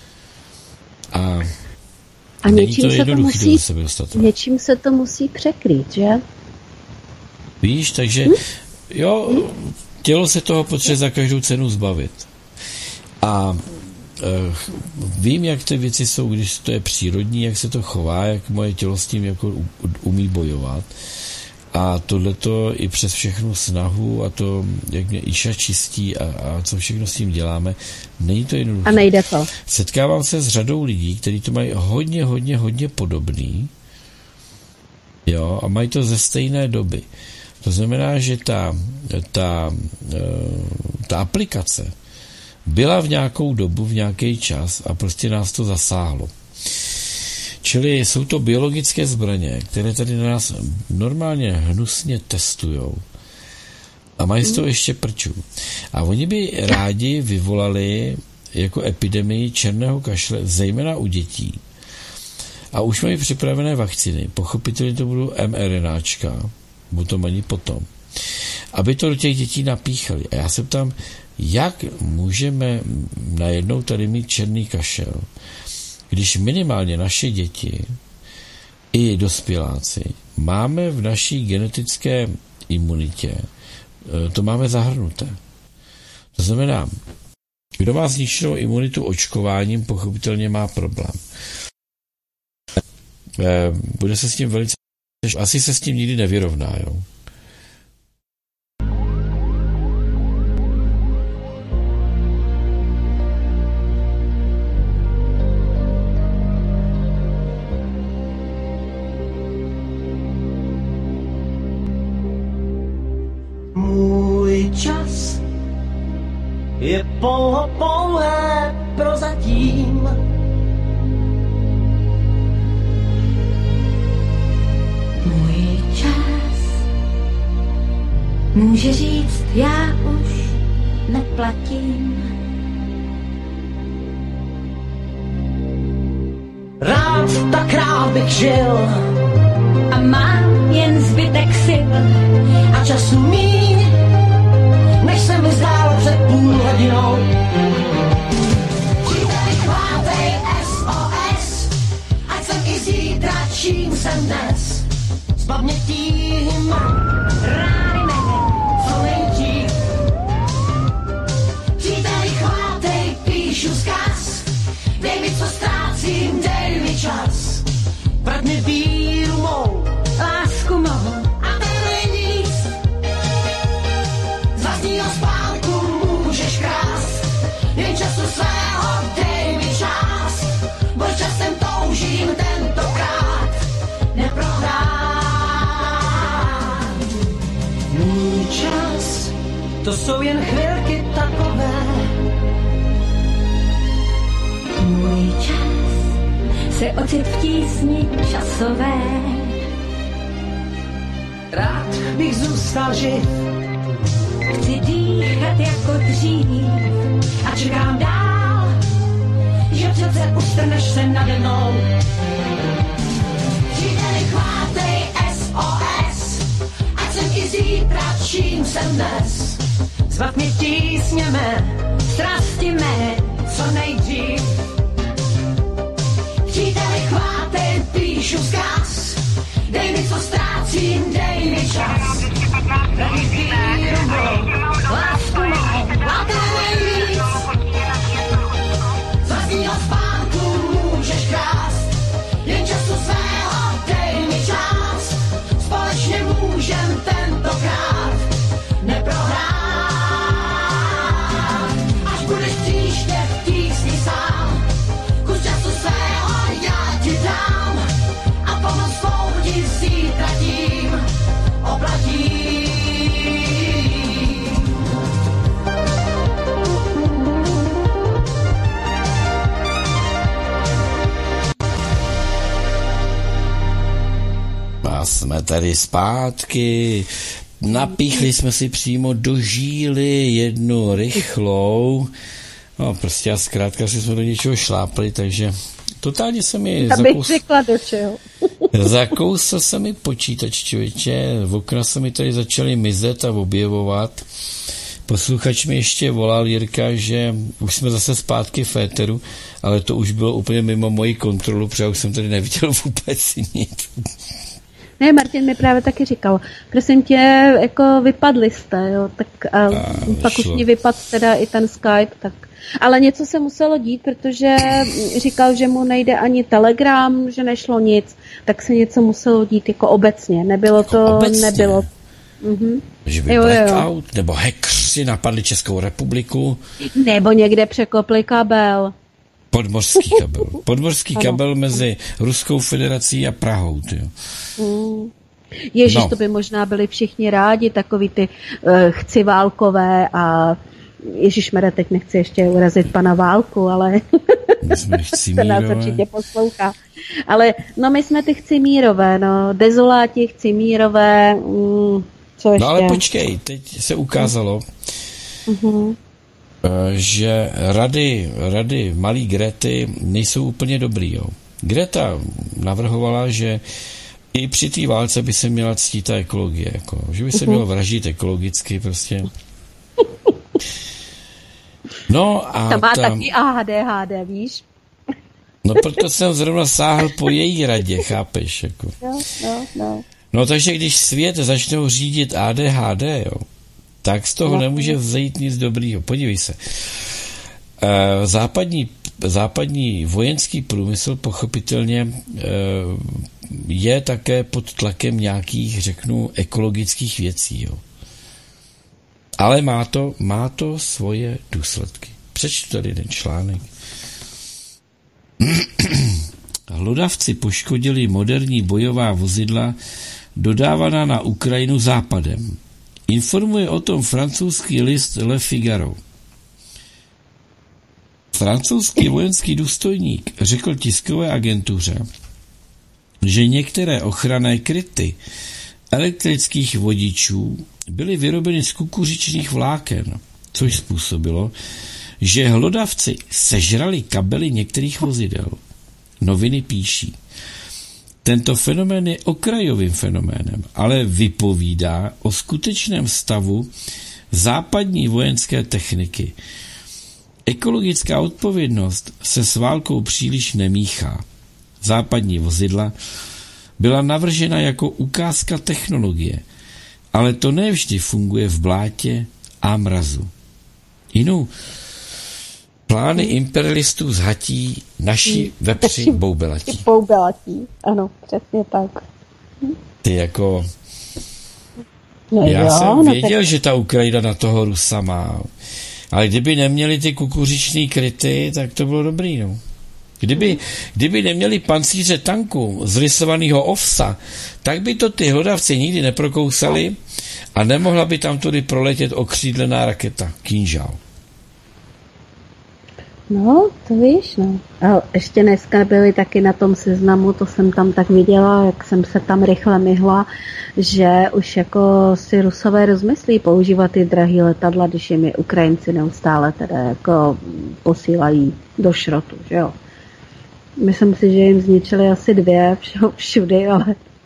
A něčím se to musí překrýt, že? Víš, takže jo, tělo se toho potřebuje za každou cenu zbavit. A vím, jak ty věci jsou, když to je přírodní, jak se to chová, jak moje tělo s tím jako umí bojovat. A tohleto i přes všechnu snahu a to, jak mě Iša čistí a co všechno s tím děláme, není to jednoduché. A nejde to. Setkávám se s řadou lidí, kteří to mají hodně podobný, jo, a mají to ze stejné doby. To znamená, že ta aplikace byla v nějakou dobu, v nějaký čas a prostě nás to zasáhlo. Čili jsou to biologické zbraně, které tady na nás normálně hnusně testujou a mají z toho ještě prčů. A oni by rádi vyvolali jako epidemii černého kašle, zejména u dětí. A už mají připravené vakcíny. Pochopitelně to budou mRNAčka, potom ani potom. Aby to do těch dětí napíchali. A já se ptám, jak můžeme najednou tady mít černý kašel, když minimálně naše děti i dospěláci máme v naší genetické imunitě, to máme zahrnuté. To znamená, kdo má zničenou imunitu očkováním, pochopitelně má problém. Bude se s tím velice asi se s tím nikdy nevyrovná, jo. Můj čas je pouhé prozatím. Můj čas může říct, já už neplatím. Tak rád bych žil A mám jen zbytek sil a času míň, než se mi zdálo před půl hodinou. Příteli, chvátej SOS, ať jsem i zítra, čím jsem dnes. Zbav mě tím, rány mé, co nejdřív. Příteli, chvátej, píšu vzkaz, dej mi, co ztrácím, dej mi čas. Vrať mi víru mou, lásku mou a to je nic. Z vlastního spánku můžeš krást, jen času svého dej mi čas. Bož časem toužím tentokrát neprohrát. Můj čas, to jsou jen chvilky takové. Můj čas se ocit v tísni časové. Rád bych zůstal živ, chci dýchat jako dřív a čekám dál, že přece ustrneš se nade mnou. Příteli, chvátej SOS, ať jsem i zítra, čím jsem dnes. Zbav mě tísněme, strasti mé, co nejdřív. Příteli, chvátej, píšu vzkaz, dej mi, co ztrácím, dej mi čas. Dej víru mou, lásku mou, a to nejvíc. Z vlastního spánku můžeš krást, jen času svého dej mi čas. Společně můžem tentokrát neprohrát. Až budeš příště v tísni sám, kus času svého já ti dám a pomoc svou ti zítra tím oplatím. A jsme tady zpátky. Napíchli jsme si přímo do žíly jednu rychlou. No prostě a zkrátka si jsme do něčeho šlápli, takže totálně se mi zakousl se mi počítač, člověče. V okna se mi tady začaly mizet a objevovat. Posluchač mi ještě volal, Jirka, že už jsme zase zpátky v éteru, ale to už bylo úplně mimo moji kontrolu, protože už jsem tady neviděl vůbec nic. Ne, Martin mi právě taky říkal, prosím tě, jako vypadli jste, jo, tak a pak už mi vypadl teda i ten Skype, tak. Ale něco se muselo dít, protože říkal, že mu nejde ani Telegram, že nešlo nic, tak se něco muselo dít jako obecně, nebylo jako to, obecně. nebylo. Mhm. Že by blackout, nebo hackři napadli Českou republiku. Nebo někde překopli kabel. Podmořský kabel. Podmořský kabel mezi Ruskou federací a Prahou. Ježíš, to by možná byli všichni rádi, takový ty chci válkové a ježišmere, teď nechci ještě urazit pana Válku, ale to nás určitě poslouchá. Ale no my jsme ty chcimírové, no, dezoláti, chcimírové, co ještě? No ale počkej, teď se ukázalo, že rady malý Grety nejsou úplně dobrý. Jo. Greta navrhovala, že i při té válce by se měla ctít ta ekologie, jako, že by se mělo vraždit ekologicky prostě. No a ta má taky ADHD, víš? No proto jsem zrovna sáhl po její radě, chápeš? Jako. No takže když svět začne řídit ADHD, jo, tak z toho nemůže vzejít nic dobrýho. Podívej se. Západní vojenský průmysl pochopitelně je také pod tlakem nějakých, řeknu, ekologických věcí. Jo. Ale má to svoje důsledky. Přečtu tady jeden článek. Hlodavci poškodili moderní bojová vozidla dodávaná na Ukrajinu Západem. Informuje o tom francouzský list Le Figaro. Francouzský vojenský důstojník řekl tiskové agentuře, že některé ochranné kryty elektrických vodičů byly vyrobeny z kukuřičných vláken, což způsobilo, že hlodavci sežrali kabely některých vozidel. Noviny píší. Tento fenomén je okrajovým fenoménem, ale vypovídá o skutečném stavu západní vojenské techniky. Ekologická odpovědnost se s válkou příliš nemíchá. Západní vozidla byla navržena jako ukázka technologie, ale to nevždy funguje v blátě a mrazu. Jinou plány imperialistů zhatí naši vepři boubelatí. Boubelatí, ano, přesně tak. Ty jako... No já jsem věděl, že ta Ukrajina na toho Rusa má. Ale kdyby neměli ty kukuřičný kryty, tak to bylo dobrý, no. Kdyby neměli pancíře tanku z rysovaného ovsa, tak by to ty hlodavci nikdy neprokousali a nemohla by tam tudy proletět okřídlená raketa. Kýnžál. No, to víš, no. A ještě dneska byli taky na tom seznamu, to jsem tam tak viděla, jak jsem se tam rychle myhla, že už jako si Rusové rozmyslí používat ty drahý letadla, když jim je Ukrajinci neustále teda jako posílají do šrotu, že jo. Myslím si, že jim zničili asi 2 všudy, ale...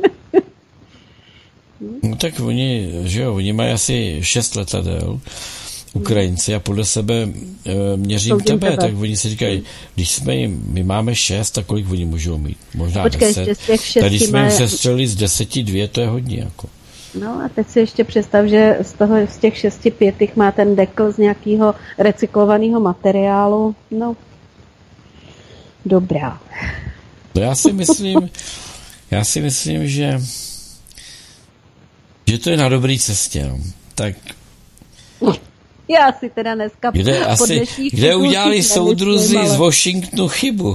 No tak oni, že jo, oni mají asi 6 letadel, Ukrajinci, a podle sebe měřím tebe, tak oni si říkají, když my máme 6, tak kolik oni můžou mít? Možná 10. Tak když jsme jim sestřelili z 10 2, to je hodně jako. No a teď si ještě představ, že z těch 6 5 má ten dekl z nějakého recyklovaného materiálu. No, dobrá. No já si myslím, že to je na dobré cestě. No. Tak já si teda dneska kde udělali soudruzi z Washingtonu chybu?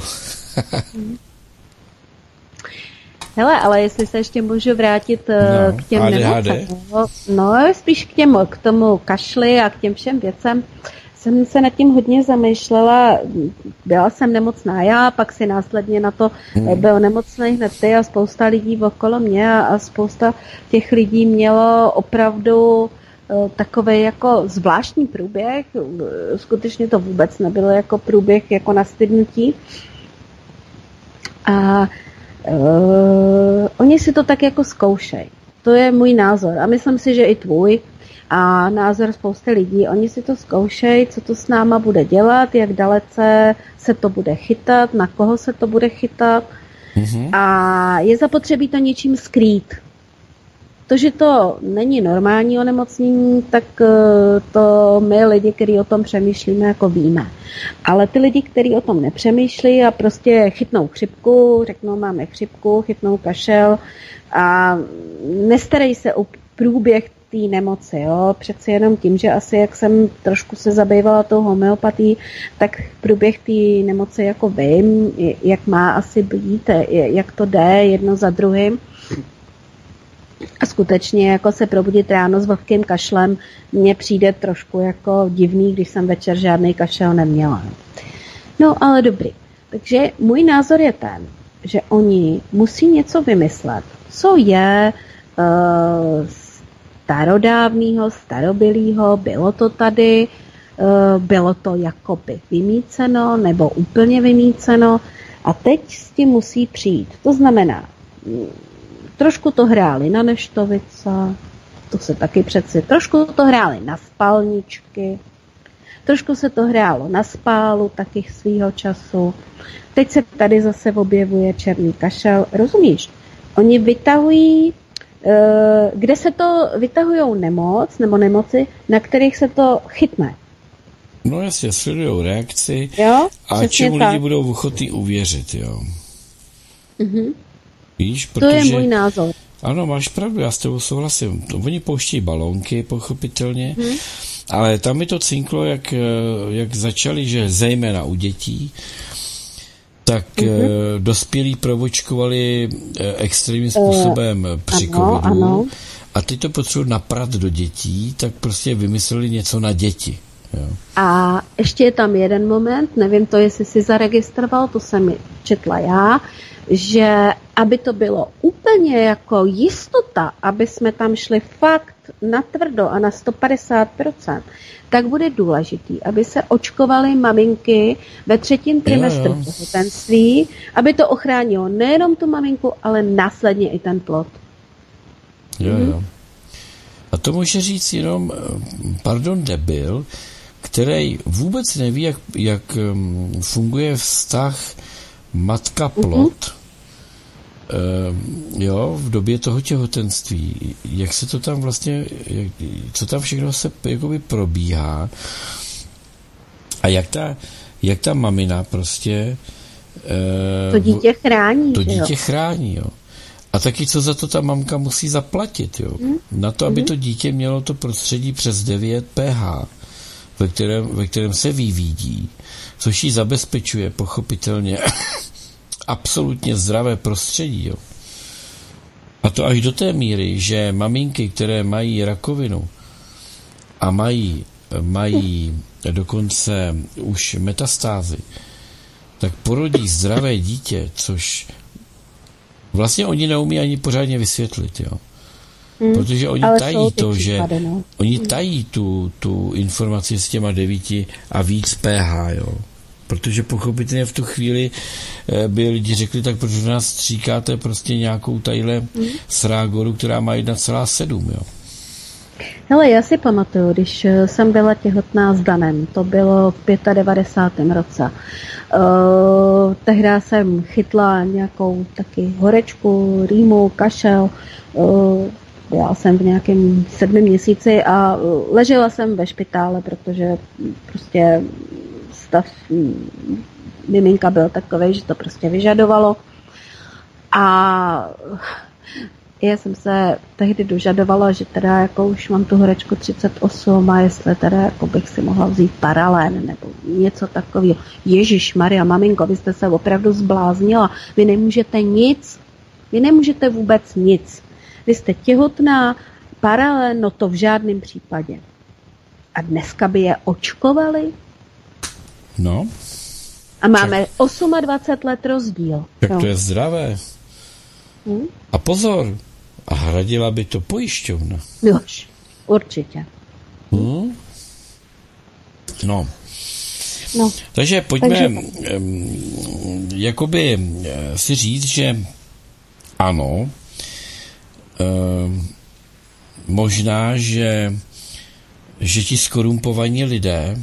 Hele, ale jestli se ještě můžu vrátit k těm nemocem. No, spíš k tomu kašli a k těm všem věcem. Jsem se nad tím hodně zamýšlela. Byla jsem nemocná já, pak si následně na to byl nemocný hned ty a spousta lidí okolo mě a spousta těch lidí mělo opravdu takový jako zvláštní průběh. Skutečně to vůbec nebylo jako průběh jako nastydnutí. A oni si to tak jako zkoušejí. To je můj názor. A myslím si, že i tvůj a názor spousty lidí. Oni si to zkoušejí, co to s náma bude dělat, jak dalece se to bude chytat, na koho se to bude chytat. A je zapotřebí to něčím skrýt. To, že to není normální onemocnění, tak to my lidi, kteří o tom přemýšlíme, jako víme. Ale ty lidi, kteří o tom nepřemýšlí a prostě chytnou chřipku, řeknou máme chřipku, chytnou kašel a nestarají se o průběh té nemoci. Jo? Přeci jenom tím, že asi jak jsem trošku se zabývala tou homeopatií, tak průběh té nemoci jako vím, jak má asi být, jak to jde jedno za druhým. A skutečně jako se probudit ráno s vlhkým kašlem mně přijde trošku jako divný, když jsem večer žádný kašel neměla. No ale dobrý. Takže můj názor je ten, že oni musí něco vymyslet, co je starodávného, starobylého, bylo to tady, bylo to jakoby vymýceno nebo úplně vymýceno a teď s tím musí přijít. To znamená, trošku to hráli na neštovice, to se taky přeci, trošku to hráli na spalničky, trošku se to hrálo na spálu taky svýho času. Teď se tady zase objevuje černý kašel. Rozumíš? Oni vytahují, kde se to vytahujou nemoc nebo nemoci, na kterých se to chytne. No jasně, sledujou reakci, jo? A čemu lidi budou ochotní uvěřit, jo. Víš, protože... To je můj názor. Ano, máš pravdu, já s tebou souhlasím. Oni pouští balónky, pochopitelně, ale tam mi to cinklo, jak začali, že zejména u dětí, tak dospělí provočkovali extrémním způsobem při covidu. Ano. A ty to potřebují naprat do dětí, tak prostě vymysleli něco na děti. Jo. A ještě je tam jeden moment, nevím to, jestli jsi zaregistroval, to jsem četla já, že aby to bylo úplně jako jistota, aby jsme tam šli fakt natvrdo a na 150%, tak bude důležitý, aby se očkovaly maminky ve 3. trimestru těhotenství, aby to ochránilo nejenom tu maminku, ale následně i ten plod. Jo. A to může říct jenom, debil, který vůbec neví, jak funguje vztah matka-plod, v době toho těhotenství, jak se to tam vlastně, co tam všechno se jakoby probíhá a jak ta mamina prostě to dítě chrání. To dítě chrání, jo. A taky, co za to ta mamka musí zaplatit, jo. Na to, aby to dítě mělo to prostředí přes 9 pH, ve kterém se vyvíjí, což jí zabezpečuje pochopitelně absolutně zdravé prostředí. Jo. A to až do té míry, že maminky, které mají rakovinu a mají dokonce už metastázy, tak porodí zdravé dítě, což vlastně oni neumí ani pořádně vysvětlit, jo. Protože oni tají to, že oni tají tu informaci s těma 9 a víc pH, jo. Protože pochopitelně v tu chvíli by lidi řekli, tak proč nás stříkáte prostě nějakou tadyhle srágoru, která má 1,7, jo. Hele, já si pamatuju, když jsem byla těhotná s Danem, to bylo v 95. roce. Tehdy jsem chytla nějakou taky horečku, rýmu, kašel. Byla jsem v nějakém 7. měsíci a ležela jsem ve špitále, protože prostě stav miminka byl takový, že to prostě vyžadovalo. A já jsem se tehdy dožadovala, že teda jako už mám tu horečku 38 a jestli teda jako bych si mohla vzít paralen nebo něco takového. Ježišmarja, maminko, vy jste se opravdu zbláznila. Vy nemůžete nic. Vy nemůžete vůbec nic. Vy jste těhotná, paralen, no to v žádném případě. A dneska by je očkovali? No. A máme 28 let rozdíl. Tak to je zdravé. A pozor, a hradila by to pojišťovna. Jož, určitě. No. Takže pojďme jakoby si říct, že ano, možná, že ti skorumpovaní lidé,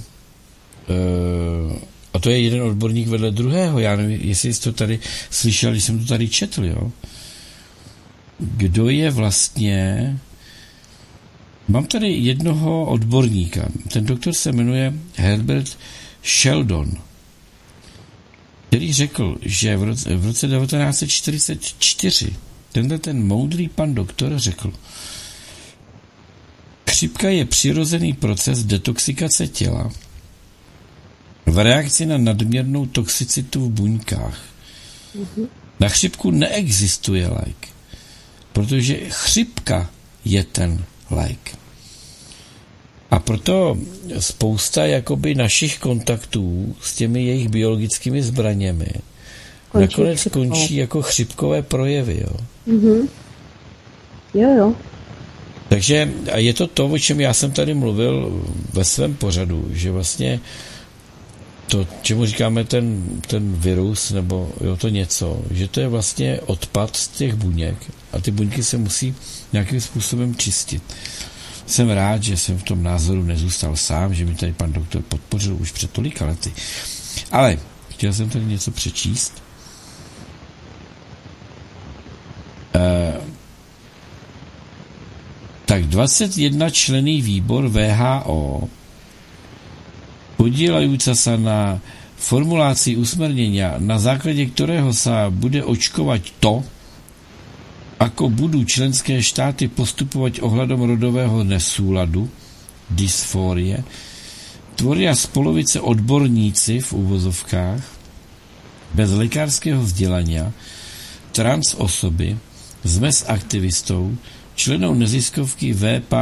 a to je jeden odborník vedle druhého, já nevím, jestli jsi to tady slyšel, když jsem to tady četl, jo. Kdo je vlastně... Mám tady jednoho odborníka. Ten doktor se jmenuje Herbert Sheldon, který řekl, že v roce 1944 ten moudrý pan doktor řekl, chřipka je přirozený proces detoxikace těla v reakci na nadměrnou toxicitu v buňkách. Na chřipku neexistuje lék, protože chřipka je ten lék. A proto spousta jakoby našich kontaktů s těmi jejich biologickými zbraněmi nakonec končí jako chřipkové projevy, jo. Jo. Takže a je to, o čem já jsem tady mluvil ve svém pořadu, že vlastně to, čemu říkáme ten virus, nebo jo, to něco, že to je vlastně odpad z těch buněk a ty buňky se musí nějakým způsobem čistit. Jsem rád, že jsem v tom názoru nezůstal sám, že mi tady pan doktor podpořil už před tolika lety. Ale chtěl jsem tady něco přečíst. Tak 21 členný výbor VHO podílející se na formulácii usmernenia, na základě kterého se bude očkovat to, ako budou členské štáty postupovat ohledom rodového nesúladu, dysfórie, tvoria z polovice odborníci v uvozovkách, bez lékařského vzdělania, trans osoby, zmes aktivistů, členů neziskovky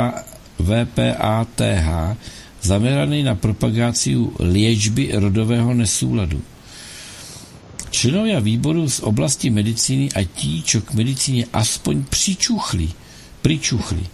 VPATH, zameraný na propagaci liečby rodového nesúladu. Členovia výboru z oblasti medicíny a tí, čo k medicíne aspoň pričuchli.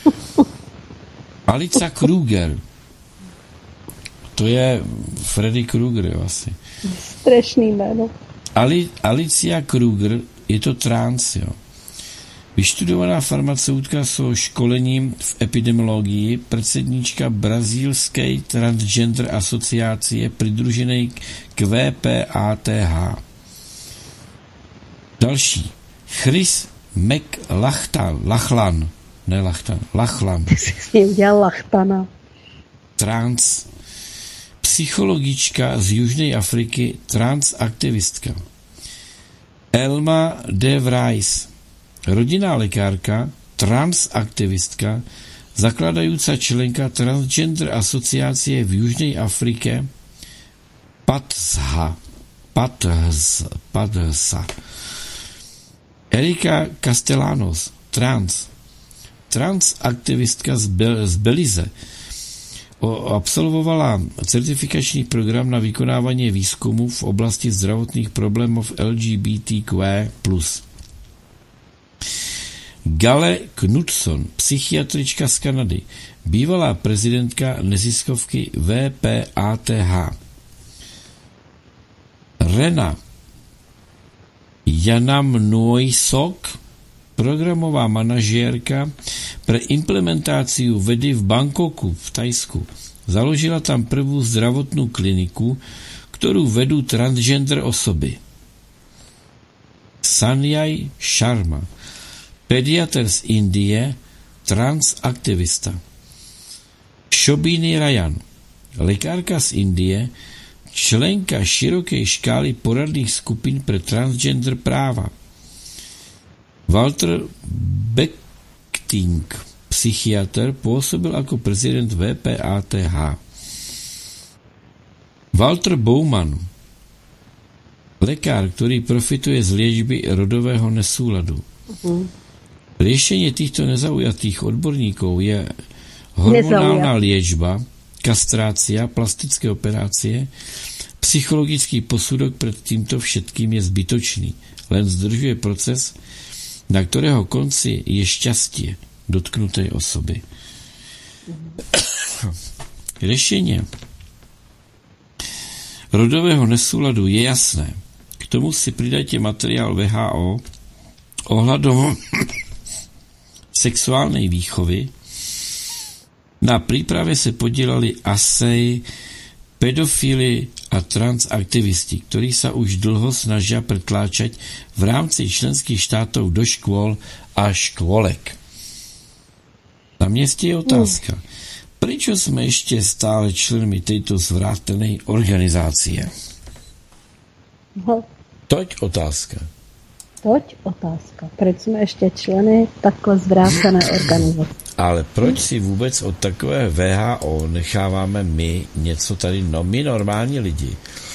Alica Kruger. To je Freddy Krueger asi. Strašný jméno. Alicia Kruger je to trans, jo. Vyštudovaná farmaceutka so školením v epidemiologii, predsedníčka Brazílskej transgender asociácie pridruženej k VPATH. Další. Chris Lachlan. Ty jsi s ním udělal Lachtana. Trans. Psychologička z Jižní Afriky, transaktivistka. Elma de Vries. Rodinná lékárka, transaktivistka, zakladající členka Transgender asociácie v Jižní Afrike PATHSA. Erika Castellanos, transaktivistka z Belize. Absolvovala certifikační program na vykonávání výzkumu v oblasti zdravotních problémů LGBTQ+. Gale Knudson, psychiatrička z Kanady, bývalá prezidentka neziskovky VPATH. Rena Janamnuisok, programová manažérka pre implementáciu vedy v Bangkoku v Thajsku. Založila tam prvú zdravotnú kliniku, ktorú vedú transgender osoby. Sanjay Sharma, pediatr z Indie, transaktivista. Shobini Rajan, lekárka z Indie, členka širokej škály poradných skupín pre transgender práva. Walter Bekting, psychiatr, pôsobil ako prezident VPATH. Walter Bowman, lekár, ktorý profituje z liečby rodového nesúladu. Riešenie týchto nezaujatých odborníkov je hormonálna liečba, kastrácia, plastické operácie. Psychologický posudok pred týmto všetkým je zbytočný, len zdržuje proces, na ktorého konci je šťastie dotknutej osoby. Riešenie rodového nesúladu je jasné. K tomu si pridajte materiál WHO ohľadom sexuálnej výchovy. Na príprave sa podielali asej pedofili a transaktivisti, ktorí sa už dlho snažia pretláčať v rámci členských štátov do škôl a škôlek. Na mieste je otázka, prečo sme ešte stále členmi tejto zvrátenej organizácie? Toť otázka. Proč jsme ještě členy takhle zvrácené organizace? Ale proč si vůbec od takové WHO necháváme my něco tady, my normální lidi,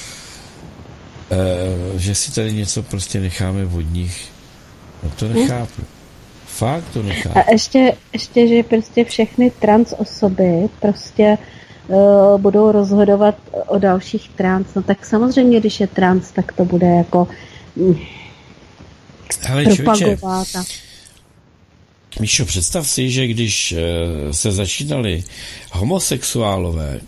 že si tady něco prostě necháme od nich? No to nechápu. Fakt to nechápu. A ještě, že prostě všechny trans osoby prostě budou rozhodovat o dalších trans. No tak samozřejmě, když je trans, tak to bude jako propagovat. Míšo, představ si, že když se začínali homosexuálové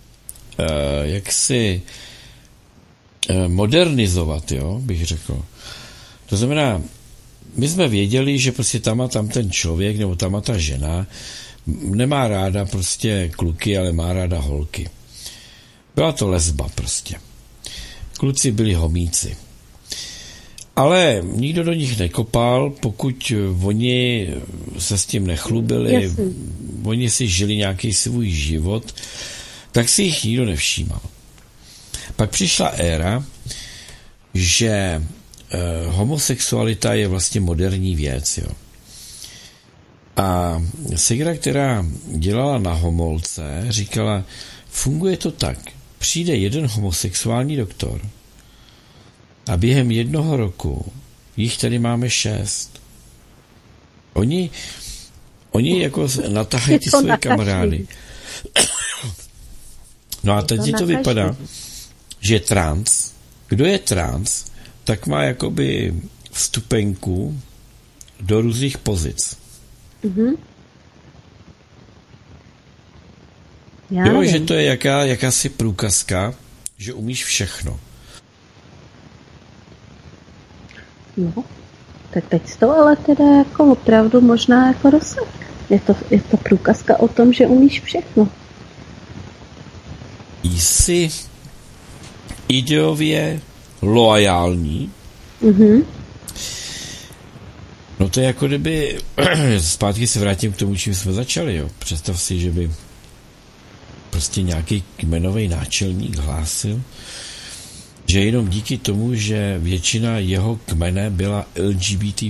jaksi modernizovat, jo, bych řekl. To znamená, my jsme věděli, že prostě tam a tam ten člověk nebo tam a ta žena nemá ráda prostě kluky, ale má ráda holky. Byla to lesba prostě. Kluci byli homíci. Ale nikdo do nich nekopal, pokud oni se s tím nechlubili, oni si žili nějaký svůj život, tak si jich nikdo nevšímal. Pak přišla éra, že homosexualita je vlastně moderní věc. Jo. A Segra, která dělala na Homolce, říkala, funguje to tak, přijde jeden homosexuální doktor a během 1 roku jich tady máme 6. Oni jako natahají ty své kamarády. No a teď to vypadá, že trans, kdo je trans, tak má jakoby vstupenku do různých pozic. Mhm. Jo, že to je jakási průkazka, že umíš všechno. No, tak teď to ale teda jako opravdu možná jako dosah. Je to průkazka o tom, že umíš všechno. Jsi ideově loajální. Mhm. No to je jako kdyby, zpátky se vrátím k tomu, čím jsme začali, jo. Představ si, že by prostě nějaký kmenový náčelník hlásil, že jenom díky tomu, že většina jeho kmene byla LGBT+,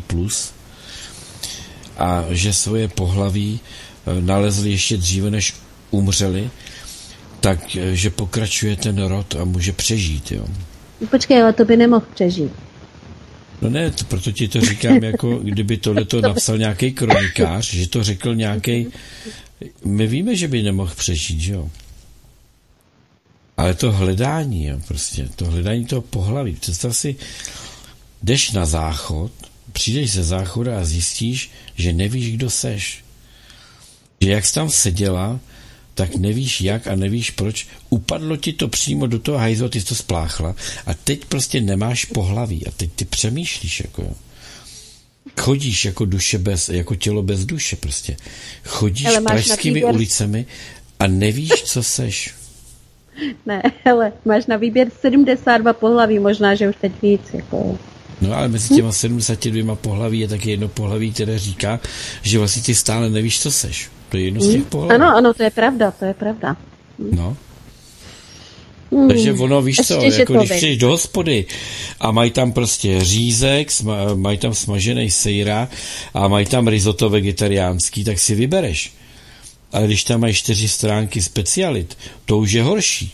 a že svoje pohlaví nalezli ještě dříve, než umřeli, tak že pokračuje ten rod a může přežít, jo. Počkej, ale to by nemohl přežít. No ne, proto ti to říkám, jako kdyby tohleto napsal nějaký kronikář, že to řekl nějaký. My víme, že by nemohl přežít, že jo? Ale to hledání, jo, prostě, to hledání toho pohlaví. Představ si, jdeš na záchod, přijdeš ze záchoda a zjistíš, že nevíš, kdo seš. Že jak jsi tam seděla, tak nevíš jak a nevíš proč. Upadlo ti to přímo do toho hajzla, ty jsi to spláchla a teď prostě nemáš pohlaví a teď ty přemýšlíš, jako jo. Chodíš jako duše jako tělo bez duše prostě. Chodíš pražskými ulicemi a nevíš, co seš. Ne, hele, máš na výběr 72 pohlaví, možná, že už teď víc, jako. No ale mezi těma 72 pohlaví je taky jedno pohlaví, které říká, že vlastně ty stále nevíš, co seš. To je jedno z těch pohlaví. Ano, to je pravda. No. Takže ono, víš co, jako když přijdeš do hospody a mají tam prostě řízek, mají tam smažený sejra a mají tam risotto vegetariánský, tak si vybereš. Ale když tam mají 4 stránky specialit, to už je horší.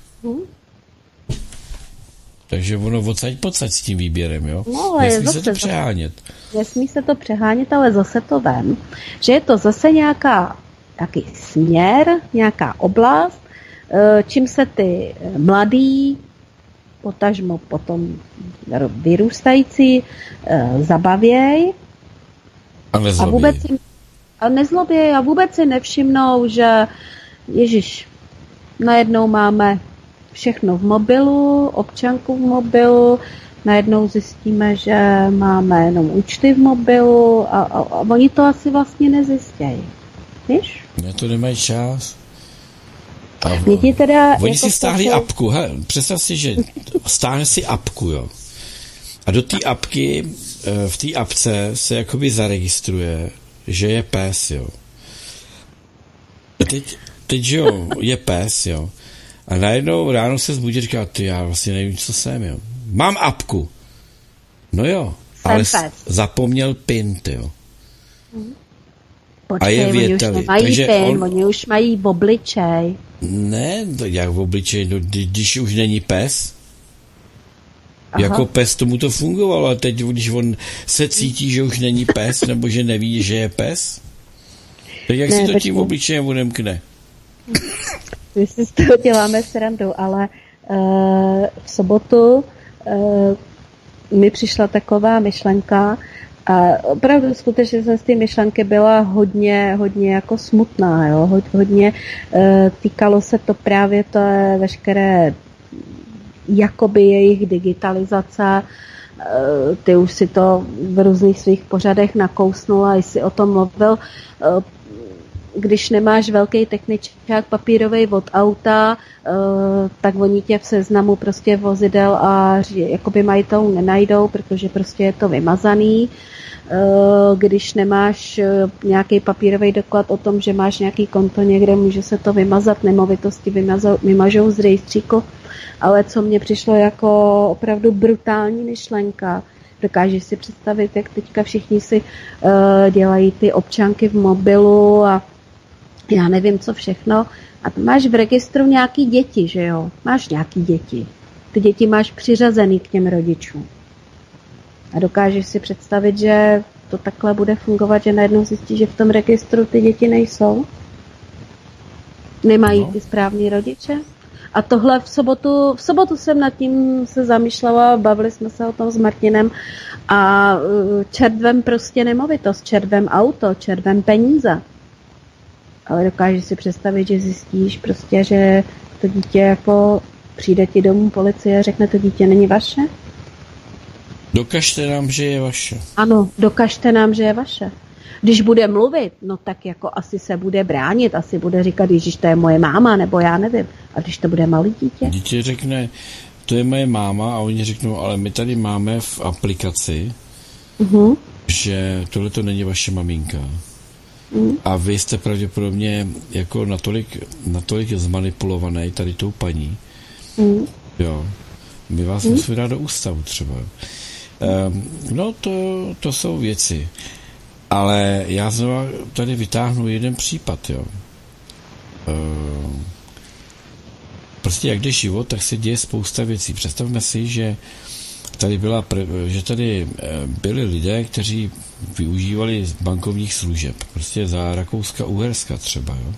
Takže ono odsaď s tím výběrem, jo? No, nesmí se to přehánět. Nesmí se to přehánět, ale zase to vem, že je to zase nějaký směr, nějaká oblast, čím se ty mladí, potažmo potom vyrůstající, zabavěj a nezloběj a vůbec si nevšimnou, že Ježiš, najednou máme všechno v mobilu, občanku v mobilu, najednou zjistíme, že máme jenom účty v mobilu a oni to asi vlastně nezjistějí. Víš? Ne, to nemají čas. Oni si stáhli apku, hele, představ si, že stáhne si apku, jo. A do té apky, v té apce se jakoby zaregistruje, že je pes, jo. A teď že jo, je pes, jo. A najednou ráno se zbudí a říká, ty já vlastně nevím, co jsem, jo. Mám apku. No jo, ale zapomněl PIN, ty jo. Počkej, a oni už nemají PIN, oni už mají v obličej. Ne, jak v obličej, no, když už není pes. Aha. Jako pes tomu to fungovalo, ale teď, když on se cítí, že už není pes, nebo že neví, že je pes, tak jak si to tím obličejem odemkne? My si z toho děláme srandu, ale v sobotu mi přišla taková myšlenka a opravdu skutečně jsem z té myšlenky byla hodně jako smutná, jo? Hodně týkalo se to právě té veškeré jakoby jejich digitalizace. Ty už si to v různých svých pořadech nakousnula, jestli o tom mluvil. Když nemáš velký techničák papírovej od auta, tak oni tě v seznamu prostě vozidel a jakoby majitel nenajdou, protože prostě je to vymazaný. Když nemáš nějaký papírový doklad o tom, že máš nějaký konto někde, může se to vymazat, nemovitosti vymažou z rejstříku. Ale co mně přišlo jako opravdu brutální myšlenka, dokážeš si představit, jak teďka všichni si dělají ty občanky v mobilu a já nevím, co všechno. A máš v registru nějaký děti, že jo? Máš nějaký děti. Ty děti máš přiřazený k těm rodičům. A dokážeš si představit, že to takhle bude fungovat, že najednou zjistíš, že v tom registru ty děti nejsou? Nemají ty správní rodiče? A tohle v sobotu jsem nad tím se zamýšlela, bavili jsme se o tom s Martinem a červem prostě nemovitost, červem auto, červem peníze. Ale dokážeš si představit, že zjistíš prostě, že to dítě jako přijde ti domů policie a řekne, to dítě není vaše? Dokažte nám, že je vaše. Ano, dokažte nám, že je vaše. Když bude mluvit, no tak jako asi se bude bránit, asi bude říkat, Ježíš, to je moje máma, nebo já nevím. A když to bude malý dítě? Dítě řekne, to je moje máma a oni řeknou, ale my tady máme v aplikaci, že tohle to není vaše maminka. A vy jste pravděpodobně jako natolik zmanipulovaný tady tou paní. Jo. My vás musíme dát do ústavu třeba. No to jsou věci. Ale já znova tady vytáhnu jeden případ, jo. Prostě jak jde život, tak se děje spousta věcí. Představme si, že že tady byli lidé, kteří využívali bankovních služeb. Prostě za Rakouska-Uherska třeba, jo.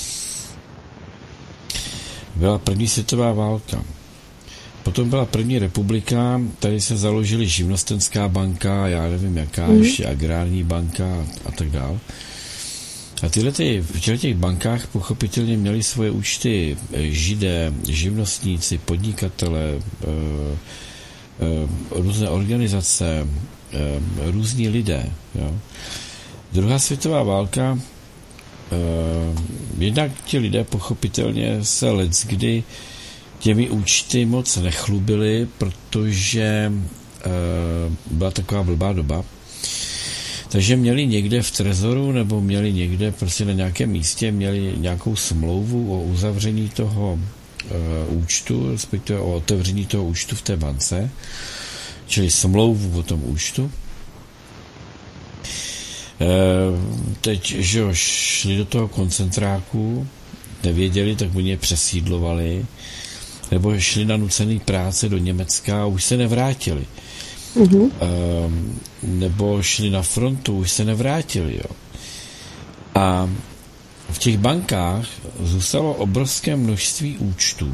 Byla první světová válka. Potom byla první republika, tady se založily živnostenská banka, já nevím jaká, ještě agrární banka a tak dál. A v těch bankách pochopitelně měli svoje účty židé, živnostníci, podnikatele, různé organizace, různí lidé. Jo. Druhá světová válka, jednak ti lidé pochopitelně se leckdy těmi účty moc nechlubili, protože byla taková blbá doba. Takže měli někde v trezoru nebo měli někde prostě na nějakém místě měli nějakou smlouvu o uzavření toho účtu, respektive o otevření toho účtu v té bance, čili smlouvu o tom účtu. Teď, že jo, šli do toho koncentráku, nevěděli, tak oni je přesídlovali, nebo šli na nucený práce do Německa a už se nevrátili. Nebo šli na frontu, už se nevrátili. Jo. A v těch bankách zůstalo obrovské množství účtů,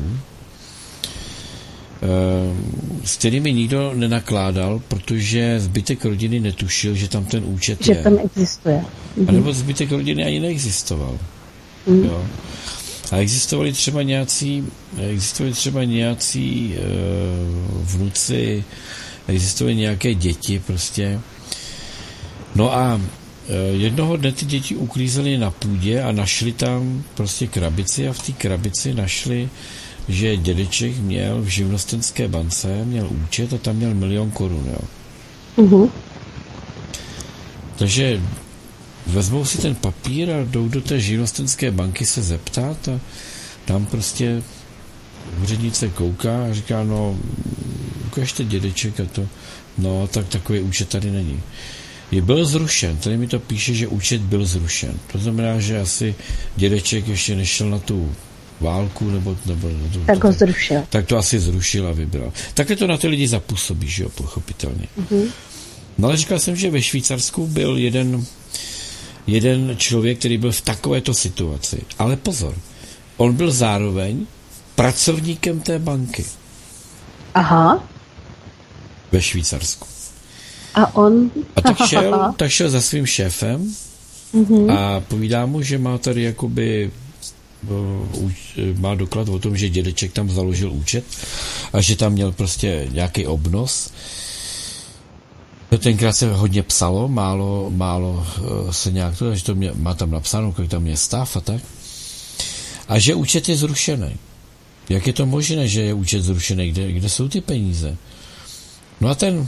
s kterými nikdo nenakládal, protože zbytek rodiny netušil, že tam ten účet že je. Že tam existuje. A nebo zbytek rodiny ani neexistoval. Jo. A existovali třeba nějací vnuci, existovaly nějaké děti prostě. No a jednoho dne ty děti uklízely na půdě a našli tam prostě krabici a v té krabici našli, že dědeček měl v živnostenské bance, měl účet a tam měl 1 000 000 korun, jo. Takže vezmou si ten papír a jdou do té živnostenské banky se zeptat a tam prostě úřednice kouká a říká, no, ukažte dědeček a to, no, tak takový účet tady není. Byl zrušen, tady mi to píše, že účet byl zrušen. To znamená, že asi dědeček ještě nešel na tu válku, nebo tak ho zrušil. Tak to asi zrušil a vybral. Takhle to na ty lidi zapůsobí, že jo, pochopitelně. No ale říkal jsem, že ve Švýcarsku byl jeden člověk, který byl v takovéto situaci. Ale pozor, on byl zároveň pracovníkem té banky. Aha. Ve Švýcarsku. A on... A tak šel za svým šéfem a povídá mu, že má tady jakoby má doklad o tom, že dědeček tam založil účet a že tam měl prostě nějaký obnos. Tenkrát se hodně psalo, málo se nějak to, že to má tam napsáno, kolik tam je stav a tak. A že účet je zrušený. Jak je to možné, že je účet zrušený? Kde jsou ty peníze? No a ten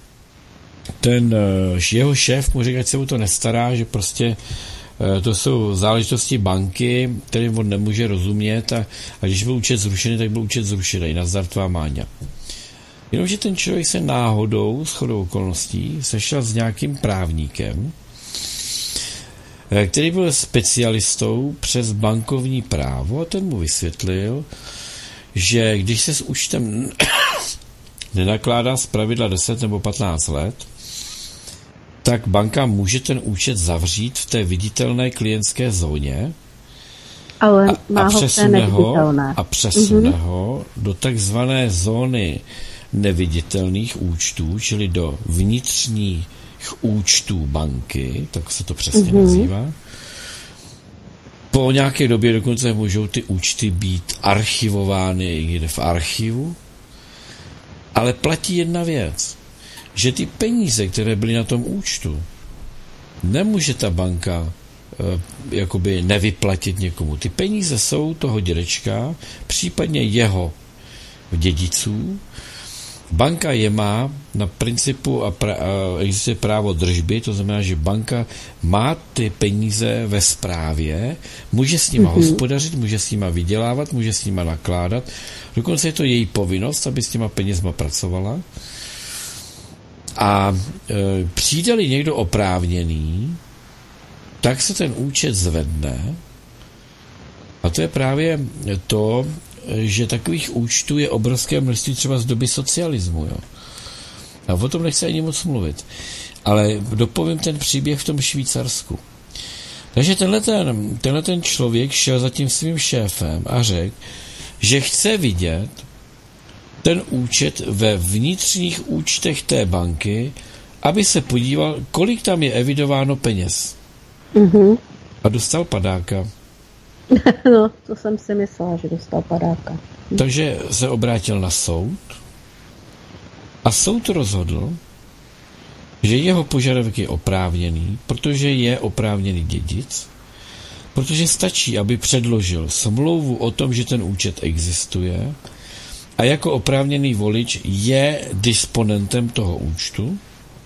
jeho šéf mu říká, ať se mu to nestará, že prostě to jsou záležitosti banky, kterým on nemůže rozumět a když byl účet zrušený, tak byl účet zrušený. Nazdar tvá Máňa. Jenomže ten člověk se náhodou, shodou okolností, sešel s nějakým právníkem, který byl specialistou přes bankovní právo a ten mu vysvětlil, že když se s účtem nenakládá zpravidla 10 nebo 15 let, tak banka může ten účet zavřít v té viditelné klientské zóně a přesune ho do takzvané zóny neviditelných účtů, čili do vnitřních účtů banky, tak se to přesně nazývá. Po nějaké době dokonce můžou ty účty být archivovány někde v archivu, ale platí jedna věc, že ty peníze, které byly na tom účtu, nemůže ta banka jakoby nevyplatit někomu. Ty peníze jsou toho dědečka, případně jeho dědiců. Banka je má na principu existuje právo držby, to znamená, že banka má ty peníze ve správě, může s nima hospodařit, může s nima vydělávat, může s nima nakládat. Dokonce je to její povinnost, aby s těma penězma pracovala. A přijde-li někdo oprávněný, tak se ten účet zvedne. A to je právě to, že takových účtů je obrovské množství třeba z doby socialismu. Jo. A o tom nechci ani moc mluvit. Ale dopovím ten příběh v tom Švýcarsku. Takže tenhle ten člověk šel za tím svým šéfem a řekl, že chce vidět ten účet ve vnitřních účtech té banky, aby se podíval, kolik tam je evidováno peněz. Mhm. A dostal padáka. No, to jsem si myslela, že dostal padáka. Takže se obrátil na soud a soud rozhodl, že jeho požadavek je oprávněný, protože je oprávněný dědic, protože stačí, aby předložil smlouvu o tom, že ten účet existuje a jako oprávněný volič je disponentem toho účtu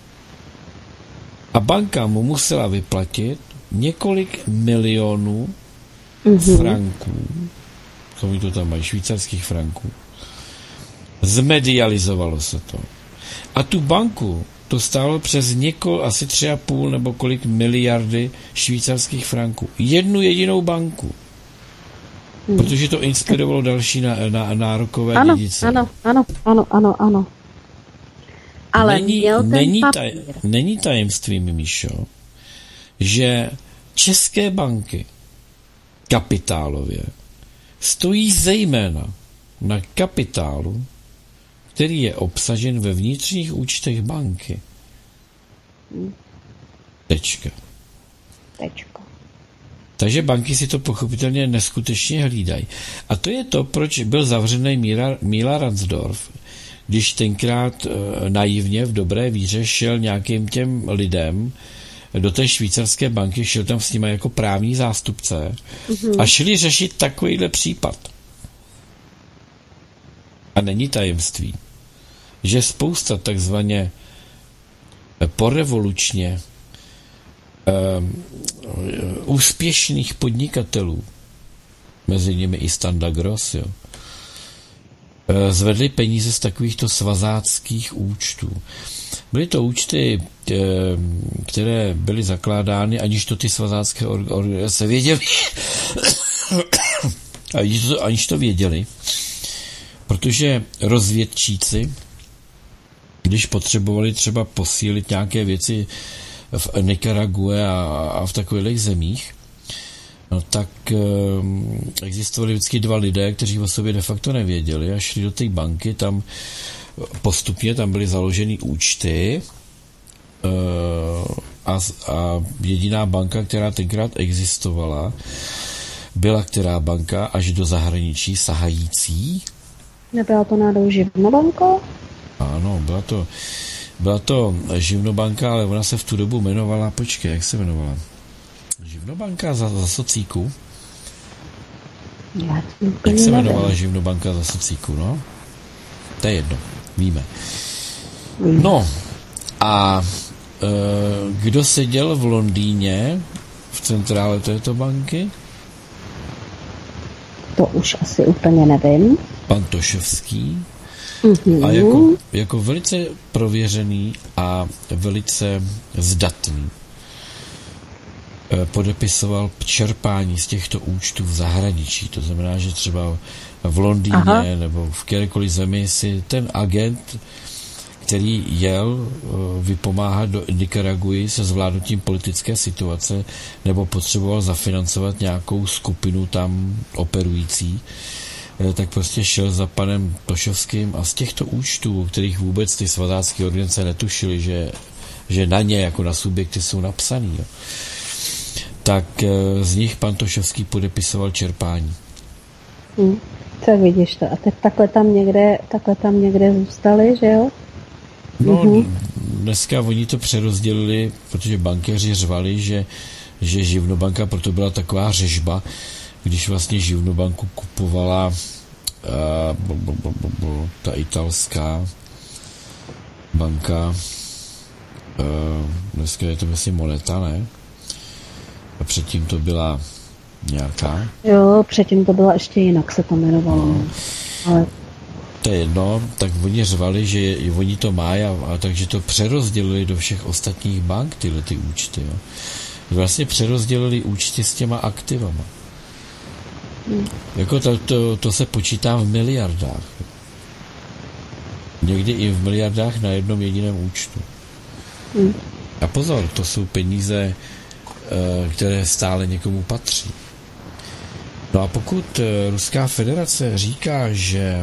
a banka mu musela vyplatit několik milionů franků, komu to tam mají, švýcarských franků. Zmedializovalo se to. A tu banku to stálo přes asi 3,5 nebo kolik miliardy švýcarských franků. Jednu jedinou banku. Protože to inspirovalo další nárokové dědice. Ano. Ale není tajemstvím, Míšo, že české banky kapitálově stojí zejména na kapitálu, který je obsažen ve vnitřních účtech banky. Tečka. Takže banky si to pochopitelně neskutečně hlídají. A to je to, proč byl zavřený Míla Ransdorf, když tenkrát naivně v dobré víře šel nějakým těm lidem do té švýcarské banky, šel tam s nimi jako právní zástupce a šli řešit takovýhle případ. A není tajemství, že spousta takzvaně porevolučně úspěšných podnikatelů, mezi nimi i Standa Gross, zvedli peníze z takovýchto svazáckých účtů. Byly to účty, které byly zakládány, aniž to ty svazácké organizace věděli, aniž to věděli, protože rozvědčíci, když potřebovali třeba posílit nějaké věci v Nikarague a v takových zemích, no tak existovali vždycky dva lidé, kteří o sobě de facto nevěděli a šli do té banky, tam postupně tam byly založeny účty a jediná banka, která tenkrát existovala, byla která banka až do zahraničí sahající. Nebyla to náhodou Živnobanka? Ano, byla to Živnobanka, ale ona se v tu dobu jmenovala, jak se jmenovala? Živnobanka za socíku? Jak se jmenovala Živnobanka za socíku, no? To je jedno, víme. No, a kdo seděl v Londýně v centrále této banky? To už asi úplně nevím. Pan Tošovský. A jako velice prověřený a velice zdatný podepisoval čerpání z těchto účtů v zahraničí. To znamená, že třeba v Londýně nebo v kterékoliv zemi si ten agent, který jel vypomáhat do Nikaraguji se zvládnutím politické situace nebo potřeboval zafinancovat nějakou skupinu tam operující, tak prostě šel za panem Tošovským a z těchto účtů, o kterých vůbec ty svazácké organizace netušily, že na ně jako na subjekty jsou napsaný, tak z nich pan Tošovský podepisoval čerpání. Tak vidíš to. A teď takhle tam někde zůstali, že jo? No, dneska oni to přerozdělili, protože bankéři řvali, že Živnobanka, proto byla taková řežba, když vlastně Živnobanku kupovala ta italská banka, dneska je to vlastně Moneta, ne? A předtím to byla nějaká? Jo, předtím to byla ještě jinak, se to jmenovalo. No. Ale to je jedno, tak oni řvali, že oni to mají a takže to přerozdělili do všech ostatních bank, tyhle ty účty. Jo. Vlastně přerozdělili účty s těma aktivama. Jako to se počítá v miliardách. Někdy i v miliardách na jednom jediném účtu. A pozor, to jsou peníze, které stále někomu patří. No a pokud Ruská federace říká, že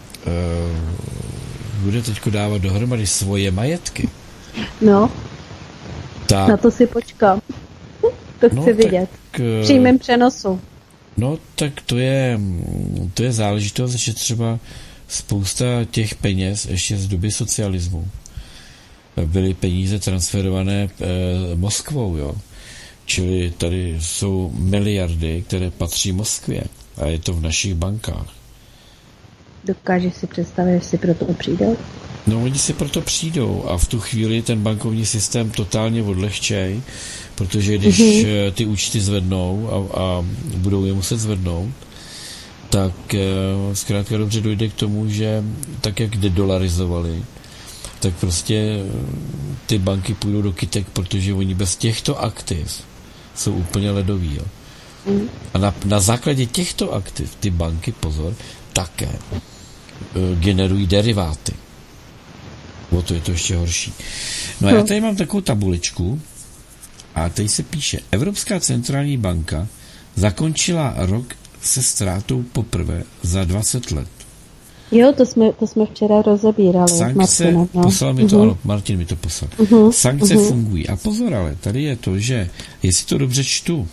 bude teďko dávat dohromady svoje majetky, no, tak, na to si počkám. To chci vidět. V přímém přenosu. No, tak to je záležitost, že třeba spousta těch peněz ještě z doby socialismu byly peníze transferované Moskvou, jo. Čili tady jsou miliardy, které patří Moskvě a je to v našich bankách. Dokážeš si představit, že si proto přijdou? No, oni si proto přijdou a v tu chvíli ten bankovní systém totálně odlehčej, protože když ty účty zvednou a budou je muset zvednout, tak zkrátka dobře dojde k tomu, že tak, jak dedolarizovali, tak prostě ty banky půjdou do kytek, protože oni bez těchto aktiv jsou úplně ledoví. Jo. A na základě těchto aktiv ty banky, pozor, také generují deriváty. O to je to ještě horší. No a já tady mám takovou tabuličku a tady se píše: Evropská centrální banka zakončila rok se ztrátou poprvé za 20 let. Jo, to jsme včera rozebírali. Sankce, poslal mi to, ano, Martin mi to poslal. Sankce fungují. A pozor, ale tady je to, že jestli to dobře čtu,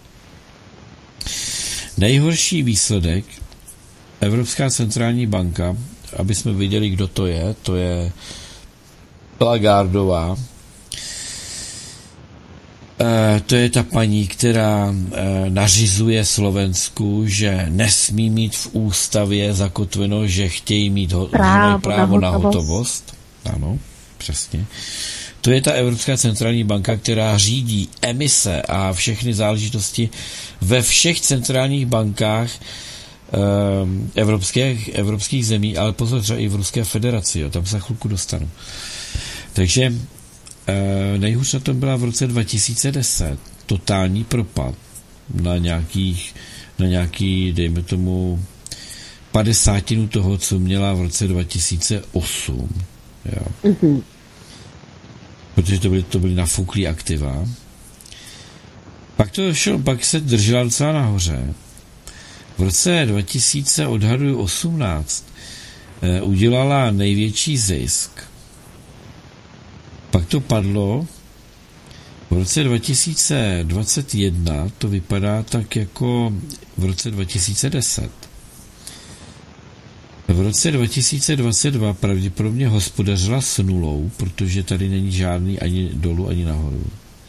nejhorší výsledek Evropská centrální banka, aby jsme viděli, kdo to je Lagardová, to je ta paní, která nařizuje Slovensku, že nesmí mít v ústavě zakotveno, že chtějí mít právo na hotovost. Ano, přesně. To je ta Evropská centrální banka, která řídí emise a všechny záležitosti ve všech centrálních bankách evropských zemí, ale pozor, třeba i v Ruské federaci, jo, tam se chvilku dostanu. Takže nejhůř na tom byla v roce 2010 totální propad na nějaký, dejme tomu, 50% toho, co měla v roce 2008. Jo. Protože to byly nafuklý aktiva. Pak se držela docela nahoře. V roce 2018 udělala největší zisk. Pak to padlo. V roce 2021 to vypadá tak jako v roce 2010. V roce 2022 pravděpodobně hospodařila s nulou, protože tady není žádný ani dolů, ani nahoru.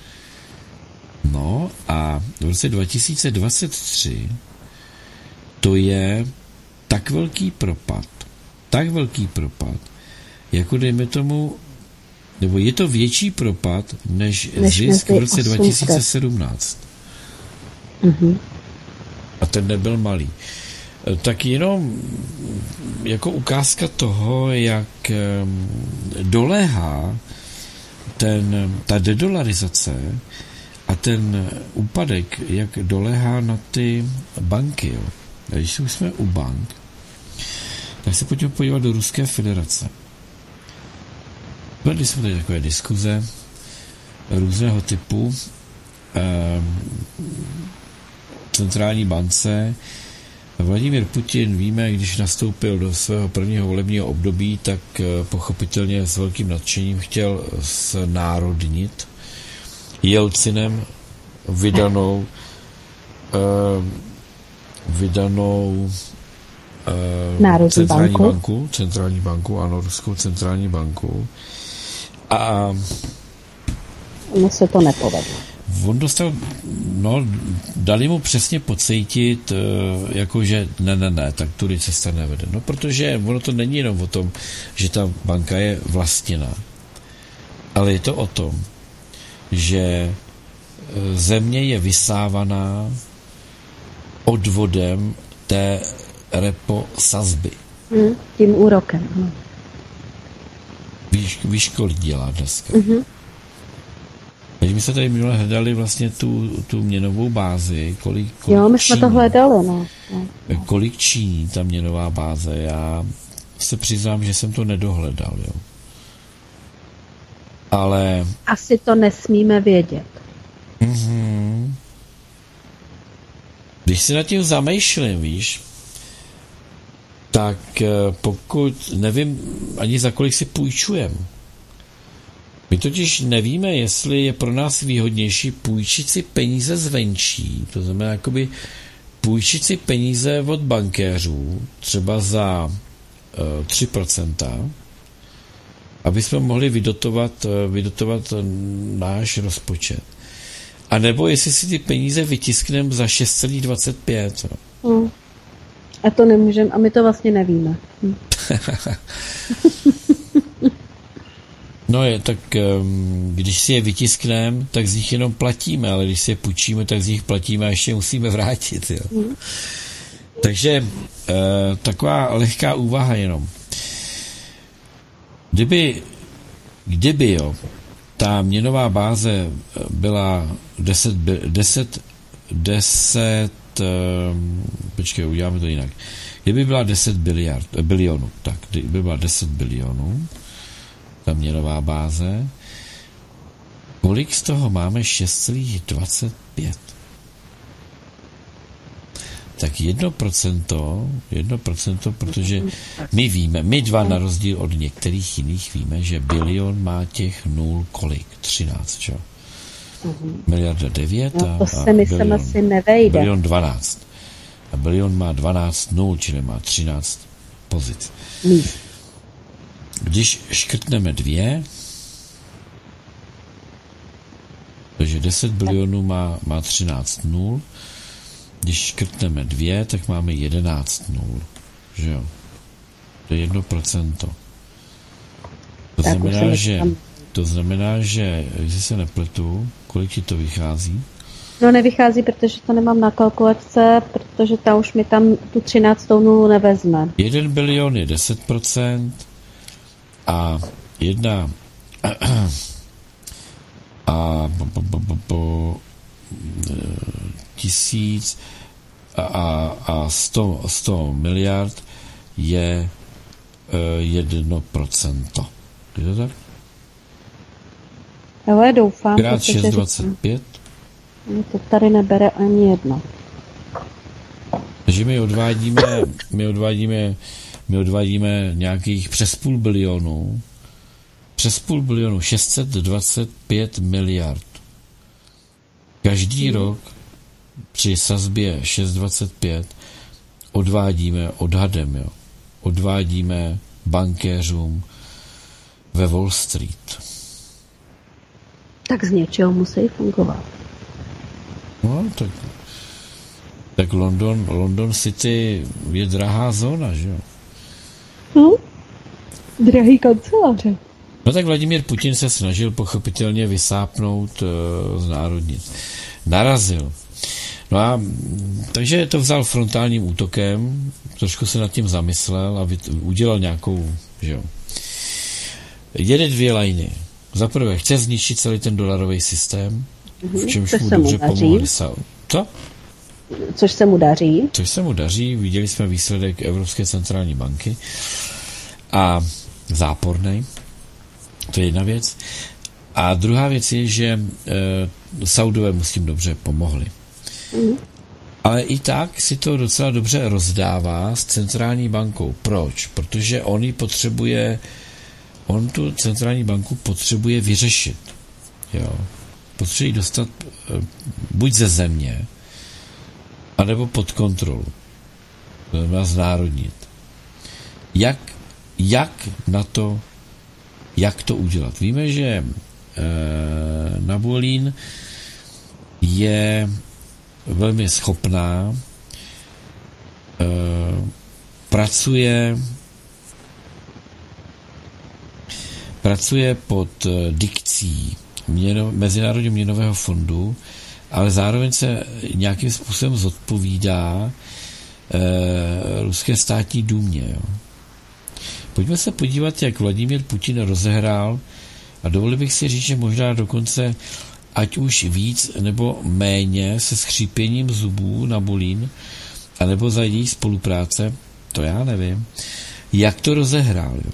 No a v roce 2023 to je tak velký propad, jako dejme tomu, nebo je to větší propad, než zisk v roce 2017. A ten nebyl malý. Tak jenom jako ukázka toho, jak doléhá ta dedolarizace a ten úpadek, jak doléhá na ty banky. Jo. A když už jsme u bank, tak se pojďme podívat do Ruské federace. Vedli jsme tady takové diskuze různého typu. Centrální bance Vladimír Putin, víme, když nastoupil do svého prvního volebního období, tak pochopitelně s velkým nadšením chtěl znárodnit Jelcinem vydanou centrální banku, ano, Ruskou centrální banku. A ono se to nepovedlo. On dostal, dali mu přesně pocítit, jakože ne, tak tudy cesta nevede. No, protože ono to není jenom o tom, že ta banka je vlastněná, ale je to o tom, že země je vysávaná odvodem té repo sazby. Tím úrokem. Víš, kolik dělá dneska? Takže my jsme tady minule hledali vlastně tu měnovou bázi, kolik jo, my jsme to hledali, no. Kolik činí ta měnová báze? Já se přiznám, že jsem to nedohledal, jo. Ale... Asi to nesmíme vědět. Když si nad tím zamýšlím, víš, tak pokud nevím ani za kolik si půjčujeme. My totiž nevíme, jestli je pro nás výhodnější půjčit si peníze zvenčí, to znamená jakoby půjčit si peníze od bankéřů, třeba za 3%, aby jsme mohli vydotovat náš rozpočet. A nebo jestli si ty peníze vytiskneme za 6,25. A to nemůžeme, a my to vlastně nevíme. No je, tak když si je vytiskneme, tak z nich jenom platíme, ale když si je půjčíme, tak z nich platíme a ještě musíme vrátit. Jo. Takže taková lehká úvaha jenom. Kdyby jo, ta měnová báze byla 10 počkej, uděláme to jinak. Kdyby byla 10 bilionů, tak kdyby byla 10 bilionů, ta měnová báze, kolik z toho máme 6,25? Tak 1%, protože my víme, my dva na rozdíl od některých jiných víme, že bilion má těch 0 kolik? 13, čo? Miliarda 9 no, to se myslím asi nevejde. Bilion 12. A bilion má 12 nul, čili má 13 pozic. Když škrtneme 2, takže 10 bilionů má 13 nul, když škrtneme 2, tak máme 11 nul. Že jo? To je 1%. To znamená, že jestli se nepletu, kolik ti to vychází? No nevychází, protože to nemám na kalkulačce, protože ta už mi tam tu 13 nulu nevezme. 1 bilion je 10% a 1 tisíc a 100 miliard je 1%. Je to tak? Ale doufám. Krát 6,25. To tady nebere ani jedno. Takže my odvádíme nějakých přes půl bilionu, 625 miliard. Každý rok při sazbě 6,25 odvádíme bankéřům ve Wall Street. Tak z něčeho musí fungovat. No, tak London City je drahá zóna, že jo? No, drahý kanceláře. No tak Vladimír Putin se snažil pochopitelně vysápnout znárodnit. Narazil. No a takže to vzal frontálním útokem, trošku se nad tím zamyslel a udělal nějakou, že jo. Jede 2 lajny. Za prvé, chce zničit celý ten dolarový systém, v čemž mu dobře pomohli. Co? Což se mu daří. Viděli jsme výsledek Evropské centrální banky a zápornej. To je jedna věc. A druhá věc je, že Saudové mu s tím dobře pomohli. Ale i tak si to docela dobře rozdává s centrální bankou. Proč? Protože on tu centrální banku potřebuje vyřešit. Jo. Potřebuje dostat buď ze země, anebo pod kontrolu. To znamená znárodnit. Jak to udělat? Víme, že Nabolín je velmi schopná, pracuje pod dikcí Mezinárodního měnového fondu, ale zároveň se nějakým způsobem zodpovídá ruské státní důmě. Jo. Pojďme se podívat, jak Vladimír Putin rozehrál, a dovolil bych si říct, že možná dokonce ať už víc nebo méně se skřípěním zubů Nabolín, anebo za její spolupráce, to já nevím, jak to rozehrál. Jo.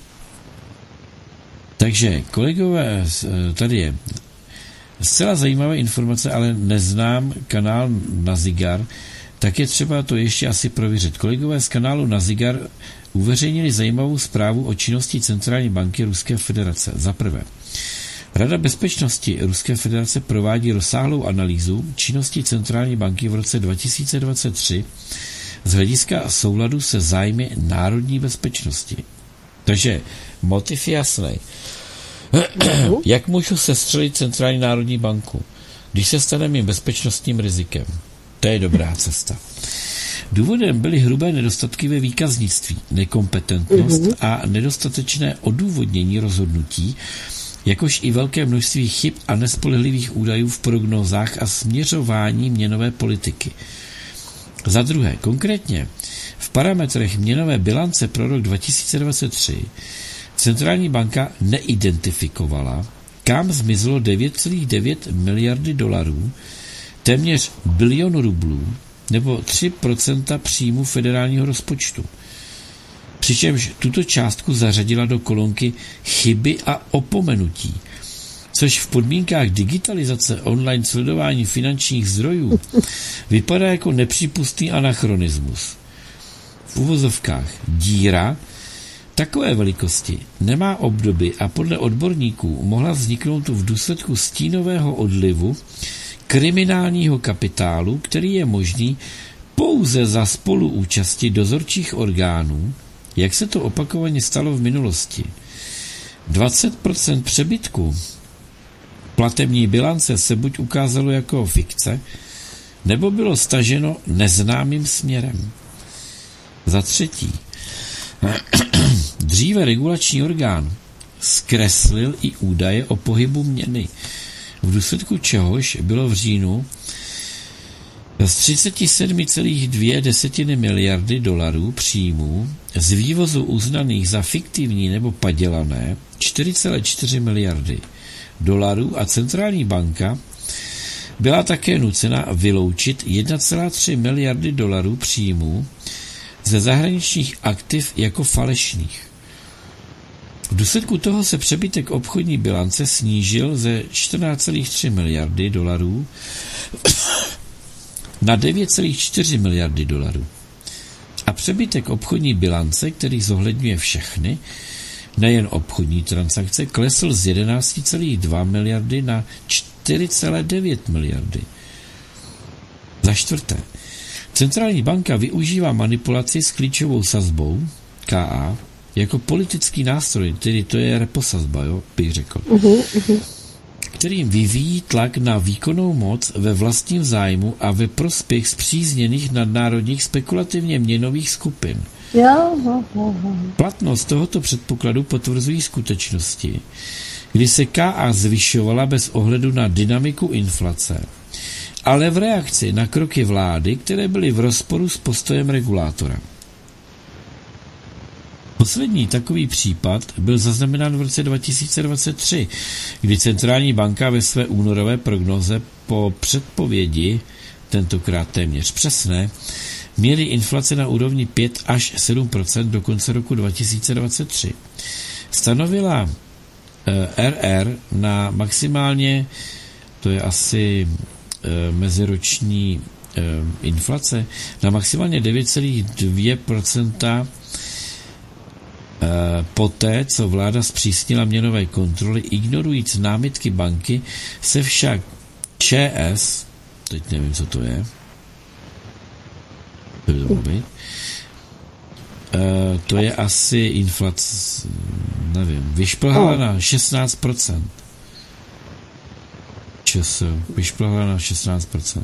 Takže, kolegové, tady je zcela zajímavé informace, ale neznám kanál Nazigar, tak je třeba to ještě asi prověřit. Kolegové z kanálu Nazigar uveřejnili zajímavou zprávu o činnosti Centrální banky Ruské federace. Za prvé, Rada bezpečnosti Ruské federace provádí rozsáhlou analýzu činnosti Centrální banky v roce 2023 z hlediska souladu se zájmy národní bezpečnosti. Takže motiv je jasný. Jak můžu sestřelit Centrální národní banku, když se stane mým bezpečnostním rizikem? To je dobrá cesta. Důvodem byly hrubé nedostatky ve výkaznictví, nekompetentnost a nedostatečné odůvodnění rozhodnutí, jakož i velké množství chyb a nespolehlivých údajů v prognózách a směřování měnové politiky. Za druhé, konkrétně v parametrech měnové bilance pro rok 2023 Centrální banka neidentifikovala, kam zmizelo 9,9 miliardy dolarů, téměř bilion rublů, nebo 3% příjmu federálního rozpočtu. Přičemž tuto částku zařadila do kolonky chyby a opomenutí, což v podmínkách digitalizace online sledování finančních zdrojů vypadá jako nepřípustný anachronismus. V uvozovkách díra takové velikosti nemá obdoby a podle odborníků mohla vzniknout v důsledku stínového odlivu kriminálního kapitálu, který je možný pouze za spoluúčasti dozorčích orgánů, jak se to opakovaně stalo v minulosti. 20% přebytku platební bilance se buď ukázalo jako fikce, nebo bylo staženo neznámým směrem. Za třetí, dříve regulační orgán zkreslil i údaje o pohybu měny, v důsledku čehož bylo v říjnu z 37,2 miliardy dolarů příjmů z vývozu uznaných za fiktivní nebo padělané 4,4 miliardy dolarů a centrální banka byla také nucena vyloučit 1,3 miliardy dolarů příjmů ze zahraničních aktiv jako falešných. V důsledku toho se přebytek obchodní bilance snížil ze 14,3 miliardy dolarů na 9,4 miliardy dolarů. A přebytek obchodní bilance, který zohledňuje všechny, nejen obchodní transakce, klesl z 11,2 miliardy na 4,9 miliardy. Za čtvrté, centrální banka využívá manipulaci s klíčovou sazbou KA jako politický nástroj, tedy to je reposazba, jo, bych řekl, kterým vyvíjí tlak na výkonnou moc ve vlastním zájmu a ve prospěch spřízněných nadnárodních spekulativně měnových skupin. Platnost tohoto předpokladu potvrzují skutečnosti, kdy se KA zvyšovala bez ohledu na dynamiku inflace, ale v reakci na kroky vlády, které byly v rozporu s postojem regulátora. Poslední takový případ byl zaznamenán v roce 2023, kdy centrální banka ve své únorové prognoze po předpovědi, tentokrát téměř přesné, měly inflace na úrovni 5 až 7% do konce roku 2023. Stanovila RR na maximálně, to je asi meziroční inflace, na maximálně 9,2% poté, co vláda zpřísnila měnové kontroly, ignorujíc námitky banky, se však ČS, teď nevím, co to je, to je asi inflace, nevím, vyšplhala na 16%. Vyšplhala na 16%.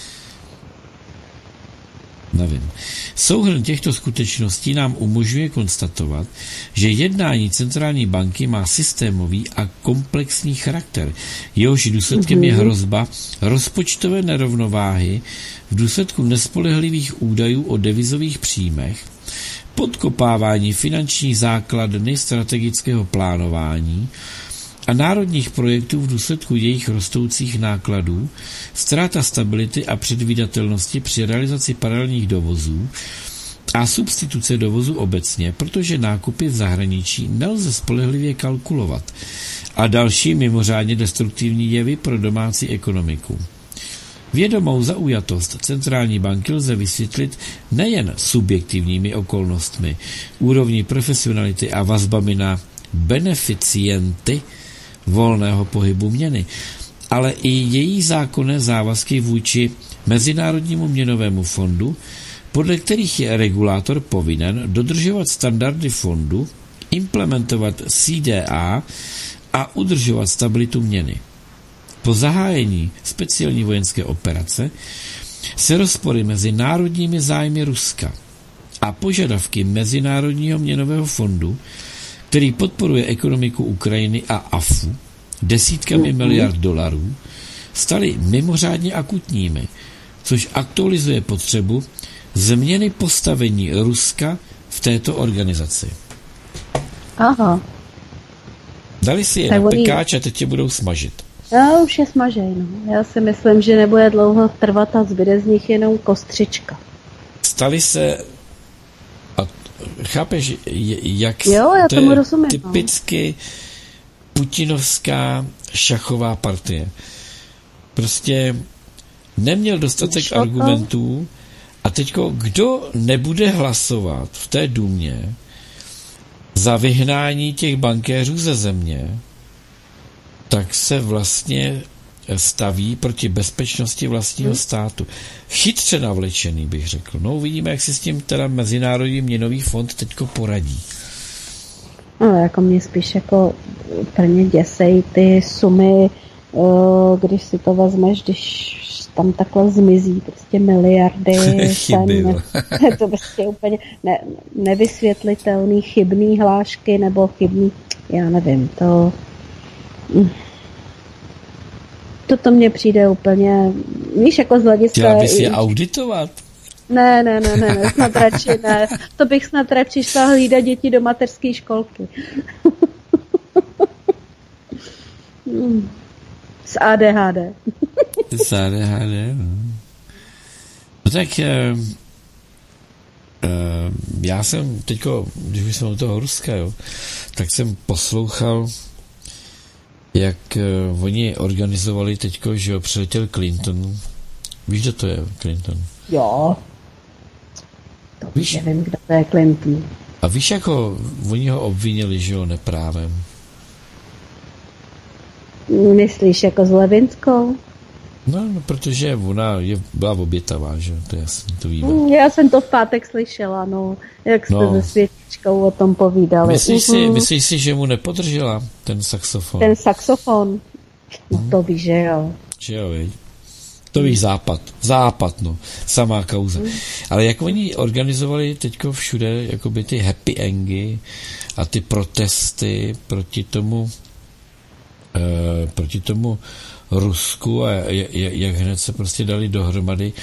Nevím. Souhrn těchto skutečností nám umožňuje konstatovat, že jednání centrální banky má systémový a komplexní charakter. Jehož důsledkem je hrozba rozpočtové nerovnováhy v důsledku nespolehlivých údajů o devizových příjmech, podkopávání finanční základny strategického plánování a národních projektů v důsledku jejich rostoucích nákladů, ztráta stability a předvídatelnosti při realizaci paralelních dovozů a substituce dovozu obecně, protože nákupy v zahraničí nelze spolehlivě kalkulovat, a další mimořádně destruktivní jevy pro domácí ekonomiku. Vědomou zaujatost centrální banky lze vysvětlit nejen subjektivními okolnostmi, úrovní profesionality a vazbami na beneficienty volného pohybu měny, ale i její zákonné závazky vůči Mezinárodnímu měnovému fondu, podle kterých je regulátor povinen dodržovat standardy fondu, implementovat CDA a udržovat stabilitu měny. Po zahájení speciální vojenské operace se rozpory mezi národními zájmy Ruska a požadavky Mezinárodního měnového fondu, který podporuje ekonomiku Ukrajiny a AFU desítkami miliard dolarů, staly mimořádně akutními, což aktualizuje potřebu změny postavení Ruska v této organizaci. Aha. Dali si je na pekáč a teď je budou smažit. Já už je smažej, no. Já si myslím, že nebude dlouho trvat a zbyde z nich jenom kostřička. Stali se, a chápeš, jak jo, já to tomu je rozumím, typicky putinovská šachová partie. Prostě neměl dostatek argumentů a teďko, kdo nebude hlasovat v té důmě za vyhnání těch bankéřů ze země, tak se vlastně staví proti bezpečnosti vlastního státu. Chytře navlečený, bych řekl. No, uvidíme, jak si s tím teda Mezinárodní měnový fond teďko poradí. No, jako mě spíš jako plně děsej ty sumy, když si to vezmeš, když tam takhle zmizí prostě miliardy. Je to prostě úplně nevysvětlitelný, chybný hlášky nebo chybný, já nevím, to mně přijde úplně, víš, jako z hlediska... Chtěla bys je auditovat? Ne, snad radši ne. To bych snad radši šla hlídat děti do mateřské školky. S ADHD. S ADHD, no. No tak já jsem teďko, když jsem u toho Ruska, jo, tak jsem poslouchal, jak oni organizovali teďko, že jo, přiletěl Clinton. Víš, kdo to je Clinton? Jo. To víš? Nevím, kdo to je Clinton. A víš, jak oni ho obvinili, že jo, neprávem? Myslíš jako s Levinskou? No, protože ona byla obětavá, že to je jasný, to víme. Já jsem to v pátek slyšela, no, jak jste se Světičkou o tom povídali. Myslíš si, že mu nepodržela ten saxofon? Ten saxofon? No to víš, že jo. Že jo, viď? To víš, západ, no, samá kauza. Ale jak oni organizovali teďko všude, jakoby ty happy endy a ty protesty proti tomu Rusku a jak hned se prostě dali dohromady,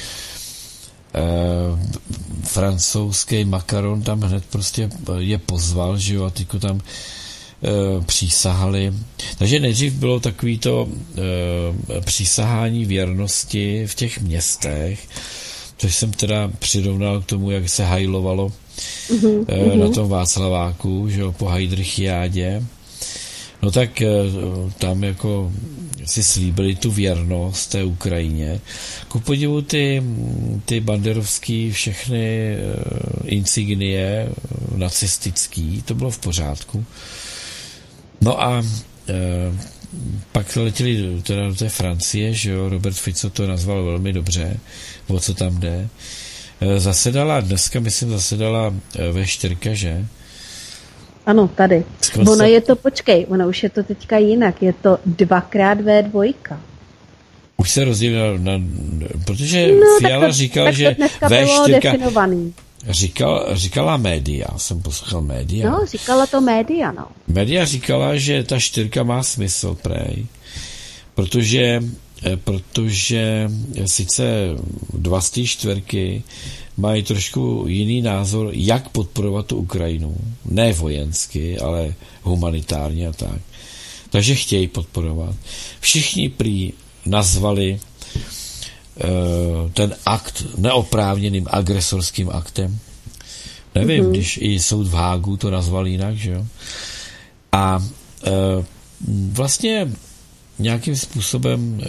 francouzský Macron tam hned prostě je pozval, že jo, a teďko tam přísahali. Takže nejdřív bylo takovýto přísahání věrnosti v těch městech, což jsem teda přirovnal k tomu, jak se hajlovalo na tom Václaváku, že jo, po Heydrichiádě. No tak tam jako si slíbili tu věrnost té Ukrajině. Ku podivu ty banderovský všechny insignie nacistický, to bylo v pořádku. No a pak letěli teda do té Francie, že jo, Robert Fico to nazval velmi dobře, o co tam jde. Dneska zasedala V4, že? Ano, tady. Ono je to, ono už je to teďka jinak, je to 2x2. Už se rozdělilo protože Fiala říkal, že V4 říkala média, jsem poslouchal média. No, říkala to média, no. Média říkala, že ta 4 má smysl, prej, protože sice 2 z té 4 mají trošku jiný názor, jak podporovat tu Ukrajinu. Ne vojensky, ale humanitárně a tak. Takže chtějí podporovat. Všichni prý nazvali ten akt neoprávněným agresorským aktem. Nevím, když i soud v Hágu to nazval jinak, že jo. A vlastně nějakým způsobem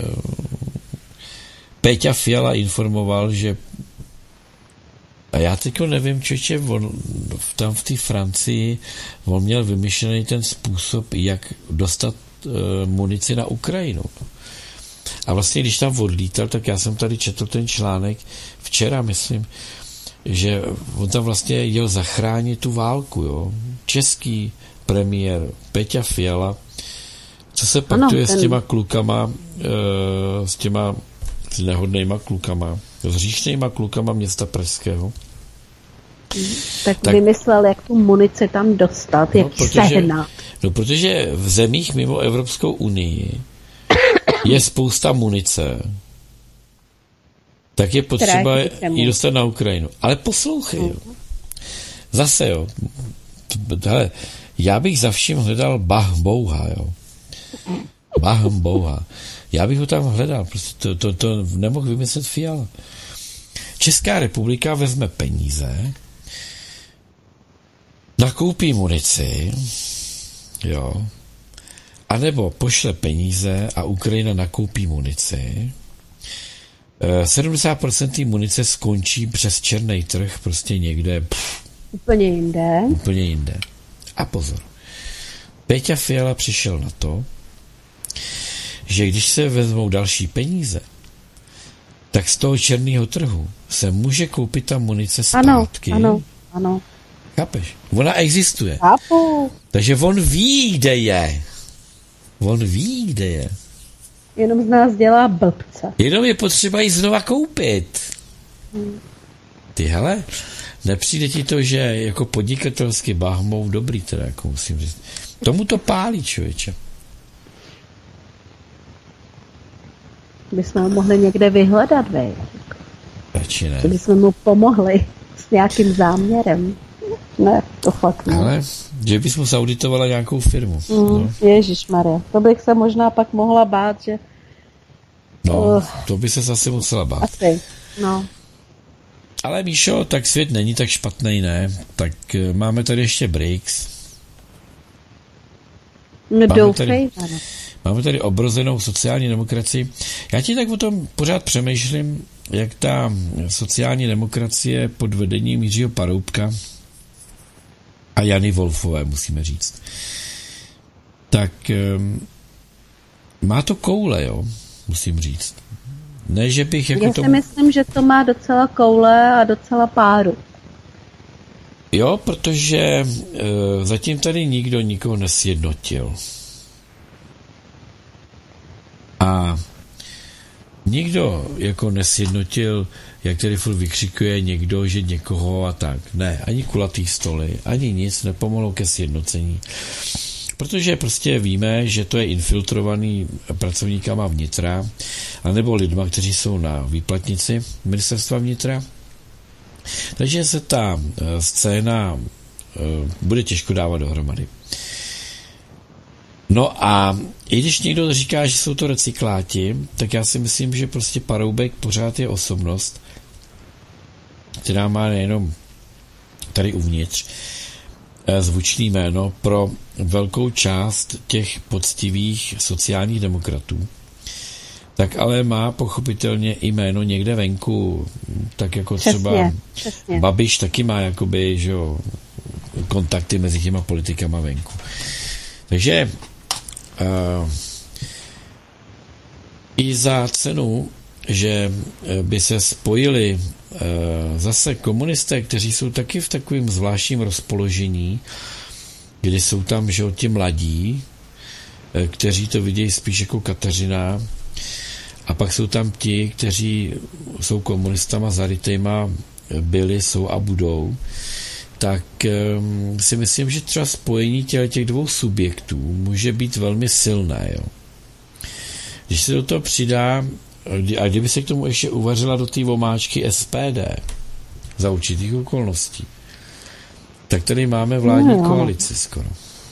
Péťa Fiala informoval, že a já teďko nevím, člověče, tam v té Francii on měl vymyšlený ten způsob, jak dostat munici na Ukrajinu. A vlastně, když tam odlítal, tak já jsem tady četl ten článek včera, myslím, že on tam vlastně jel zachránit tu válku, jo. Český premiér Péťa Fiala, co se paktuje s těma klukama, s těma nehodnejma klukama, s hříšnejma klukama města Pražského. Tak vymyslel, jak tu munici tam dostat, jak ji sehnat. No, protože v zemích mimo Evropskou unii je spousta munice, tak je potřeba ji dostat na Ukrajinu. Ale poslouchej, jo. Zase, jo. Hele, já bych za vším hledal Bach-Bouha, jo. Bach-Bouha. Já bych ho tam hledal, prostě to nemohl vymyslet Fiala. Česká republika vezme peníze, nakoupí munici, jo, anebo pošle peníze a Ukrajina nakoupí munici. 70% té munice skončí přes černý trh, prostě někde. Úplně jinde. A pozor. Péťa Fiala přišel na to, že když se vezmou další peníze, tak z toho černého trhu se může koupit ta munice zpátky. Ano. Chápeš? Ona existuje. Chápu. Takže on ví, kde je. Jenom z nás dělá blbce. Jenom je potřeba ji znova koupit. Ty hele, nepřijde ti to, že jako podnikatelsky Bahmou dobrý, teda jako musím říct. Tomu to pálí, člověče. Bychom ho mohli někde vyhledat, vej. Radši ne. Že bychom mu pomohli s nějakým záměrem. Ne, to fakt ne. Ale, že bys mu zauditovala nějakou firmu. No. Ježišmarja, to bych se možná pak mohla bát, že... No, to by se zase musela bát. Asi, no. Ale Míšo, tak svět není tak špatný, ne? Tak máme tady ještě BRICS. No doufej, máme tady obrozenou sociální demokracii. Já ti tak o tom pořád přemýšlím, jak ta sociální demokracie pod vedením Jiřího Paroubka a Jany Wolfové, musíme říct. Tak má to koule, jo, musím říct. Ne, že bych jako já si myslím, že to má docela koule a docela páru. Jo, protože zatím tady nikdo nikoho nesjednotil. A nikdo jako nesjednotil, jak tady furt vykřikuje někdo, že někoho a tak. Ne, ani kulatý stoly, ani nic nepomohlo ke sjednocení. Protože prostě víme, že to je infiltrovaný pracovníkama vnitra, anebo lidma, kteří jsou na výplatnici ministerstva vnitra. Takže se ta scéna bude těžko dávat dohromady. No a i když někdo říká, že jsou to recykláti, tak já si myslím, že prostě Paroubek pořád je osobnost, která má nejenom tady uvnitř zvučný jméno pro velkou část těch poctivých sociálních demokratů, tak ale má pochopitelně i jméno někde venku, tak jako třeba přesně. Babiš taky má jakoby, že jo, kontakty mezi těma politikama venku. Takže i za cenu, že by se spojili zase komunisté, kteří jsou taky v takovém zvláštním rozpoložení, kdy jsou tam, že ti mladí, kteří to vidějí spíš jako Kateřina, a pak jsou tam ti, kteří jsou komunistama zarytejma, byli, jsou a budou, tak si myslím, že třeba spojení těch dvou subjektů může být velmi silné. Jo. Když se do toho přidá, a kdyby se k tomu ještě uvařila do té omáčky SPD za určitých okolností, tak tady máme vládní koalici skoro.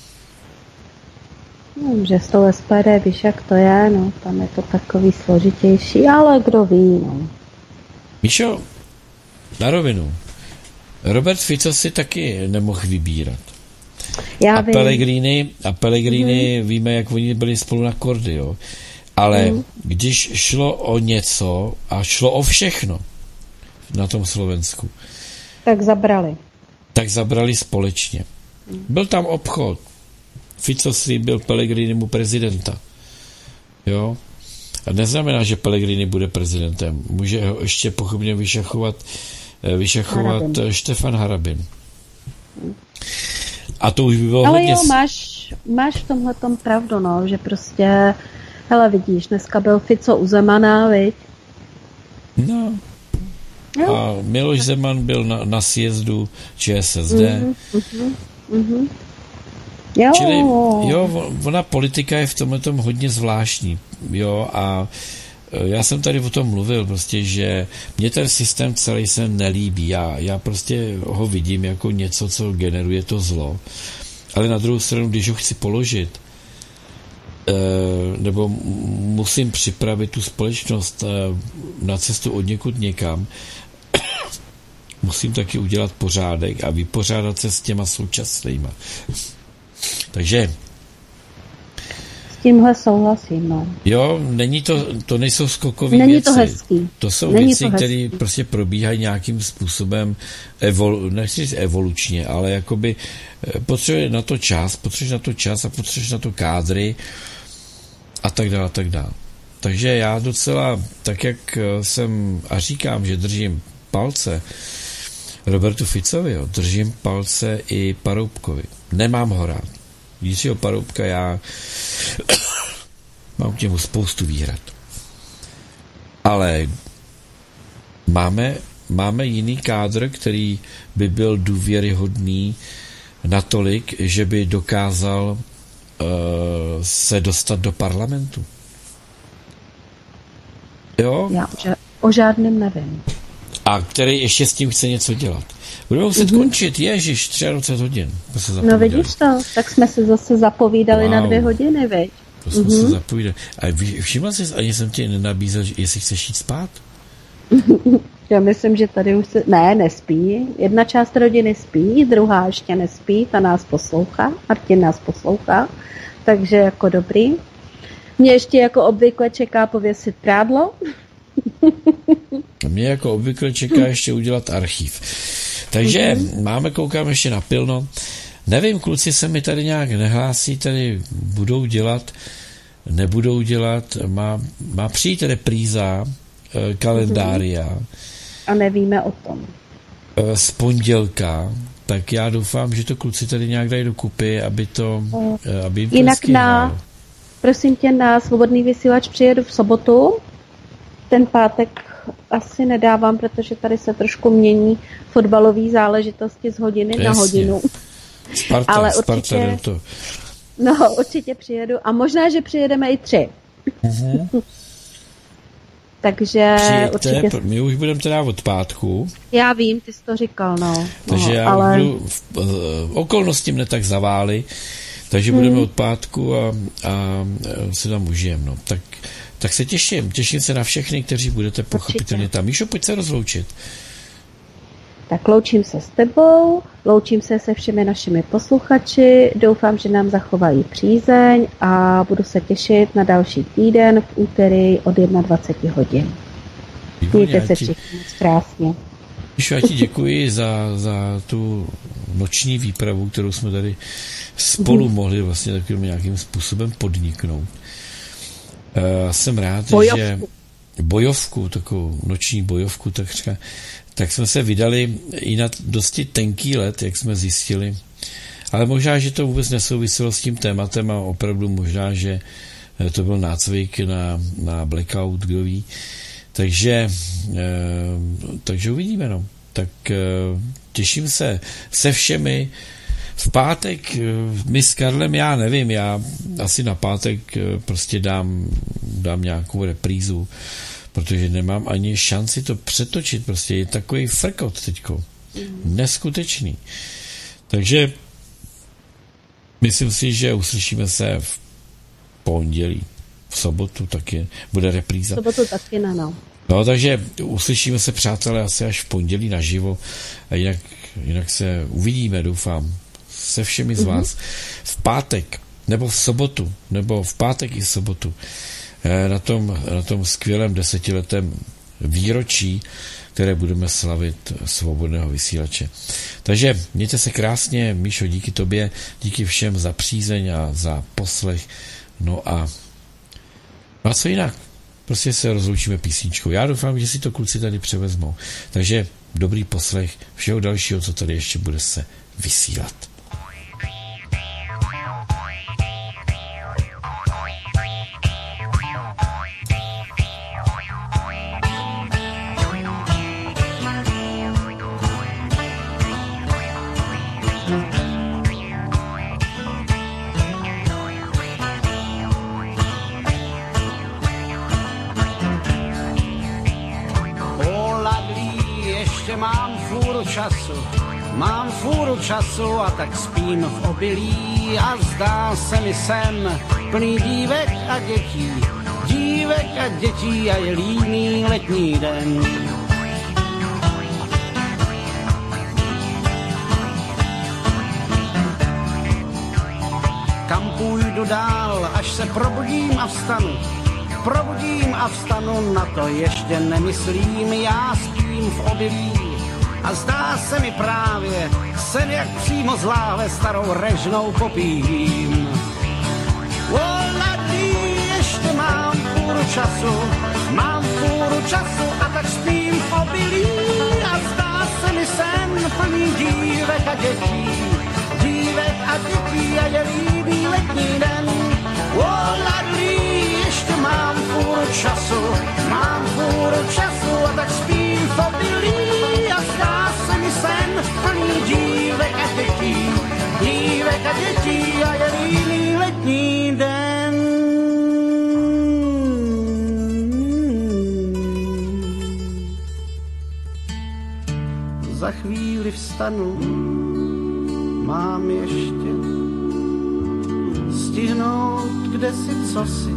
Že s tou SPD víš, jak to je, no, tam je to takový složitější, ale kdo ví, no. Míšo, na rovinu, Robert Fico si taky nemohl vybírat. Já A vím. Pellegrini víme, jak oni byli spolu na kordy, jo. Ale když šlo o něco a šlo o všechno na tom Slovensku, Tak zabrali společně. Byl tam obchod. Fico slíbil Pellegrinimu prezidenta. Jo? A neznamená, že Pellegrini bude prezidentem. Může ho ještě pochopně vyšachovat Štefan Harabin. A to už by bylo Ale hodně... jo, máš v tomhletom pravdu, no, že prostě, hele, vidíš, dneska byl Fico u Zemana, viď? No. Jo. A Miloš Zeman byl na sjezdu ČSSD. Jo. Čili, jo, ona politika je v tomhletom hodně zvláštní, jo, a já jsem tady o tom mluvil, prostě, že mě ten systém celý se nelíbí, já prostě ho vidím jako něco, co generuje to zlo, ale na druhou stranu, když ho chci položit, nebo musím připravit tu společnost na cestu od někud někam, musím taky udělat pořádek a vypořádat se s těma současnýma. Takže S tímhle souhlasím, no. jo, to nejsou skokové Není věci. to hezký. To jsou Není věci, to které prostě probíhají nějakým způsobem nechci říct evolučně, ale jakoby potřebuješ na to čas a potřebuješ na to kádry a tak dále, a tak dále. Takže já docela, tak jak jsem a říkám, že držím palce Robertu Ficovi, jo, držím palce i Paroubkovi. Nemám ho rád. Jiřího Paroubka já mám k němu spoustu výhrad. Ale máme jiný kádr, který by byl důvěryhodný natolik, že by dokázal se dostat do parlamentu. Jo? Já o žádném nevím. A který ještě s tím chce něco dělat. Budeme muset končit, ježiš, 23 hodin. No vidíš to, tak jsme se zase zapovídali na 2 hodiny, viď? To jsme se zapovídali. A všimla jsi, ani jsem tě nenabízel, jestli chceš jít spát? Já myslím, že tady už se... Ne, nespí. Jedna část rodiny spí, druhá ještě nespí, ta nás poslouchá, Martin nás poslouchá, takže jako dobrý. Mě ještě jako obvykle čeká pověsit prádlo. Mě jako obvykle čeká ještě udělat archiv. Takže koukám ještě na pilno. Nevím, kluci se mi tady nějak nehlásí, tady budou dělat, nebudou dělat, má přijít repríza kalendária. A nevíme o tom. Z pondělka, tak já doufám, že to kluci tady nějak dají dokupy, aby jim to jinak prosím tě, na Svobodný vysílač přijedu v sobotu. Ten pátek asi nedávám, protože tady se trošku mění fotbalové záležitosti z hodiny na hodinu. Ale určitě, určitě přijedu. A možná, že přijedeme i 3. Takže přijďte, určitě... My už budeme teda od pátku. Já vím, ty jsi to říkal, no. Takže já budu okolnosti mne tak zavály, takže budeme od pátku a se tam užijeme, no. Tak se těším se na všechny, kteří budete pochopitelně tam. Míšo, pojď se rozloučit. Tak loučím se s tebou, loučím se se všemi našimi posluchači, doufám, že nám zachovají přízeň a budu se těšit na další týden v úterý od 21 hodin. Mějte se všichni moc krásně. Míšo, já ti děkuji za tu noční výpravu, kterou jsme tady spolu mohli vlastně takovým nějakým způsobem podniknout. Jsem rád, že bojovku, takovou noční bojovku, tak jsme se vydali i na dosti tenký let, jak jsme zjistili. Ale možná, že to vůbec nesouviselo s tím tématem a opravdu možná, že to byl nácvik na blackout, kdo ví. Takže uvidíme, no. Tak těším se všemi. V pátek my s Karlem, já nevím, já asi na pátek prostě dám nějakou reprízu, protože nemám ani šanci to přetočit, prostě je takový frkot teďko. Neskutečný. Takže myslím si, že uslyšíme se v pondělí. V sobotu taky bude repríza. V sobotu taky no. No, takže uslyšíme se, přátelé, asi až v pondělí naživo. A jinak jinak se uvidíme, doufám, se všemi z vás v pátek, nebo v sobotu, nebo v pátek i v sobotu, na tom skvělém 10letém výročí, které budeme slavit svobodného vysílače. Takže mějte se krásně, Míšo, díky tobě, díky všem za přízeň a za poslech. No a co jinak? Prostě se rozloučíme písničkou. Já doufám, že si to kluci tady převezmou. Takže dobrý poslech všeho dalšího, co tady ještě bude se vysílat. Mám fůru času a tak spím v obilí a zdá se mi sen plný dívek a dětí a je líný letní den. Kam půjdu dál, až se probudím a vstanu, na to ještě nemyslím, já spím v obilí. A zdá se mi právě sen, jak přímo z láhve starou režnou popím. Oladí, ještě mám půru času a tak spím v obilí. A zdá se mi sen plný dívek a dětí a je líbý letní den. Oladí, ještě mám půru času a tak spím v obilí. A zdá se mi sen plný dívek a dětí a je líný letní den. Za chvíli vstanu, mám ještě stihnout kdesi cosi.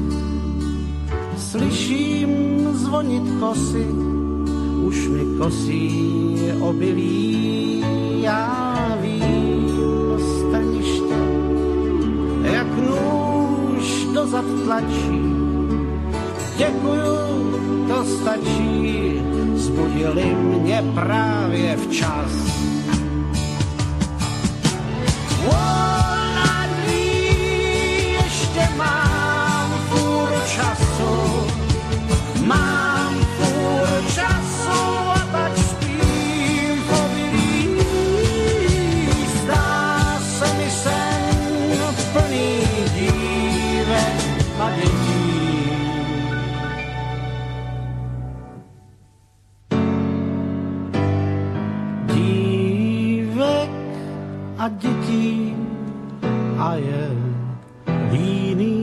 Slyším zvonit kosy, už mi kosí obilí, já vím strniště, jak nůž dozad tlačí. Děkuju, to stačí, zbudili mě právě včas. Ještě mám půl času, a tak spím v obilí. Zdá se mi sen plný dívek a dětí. Dívek a dětí a je líný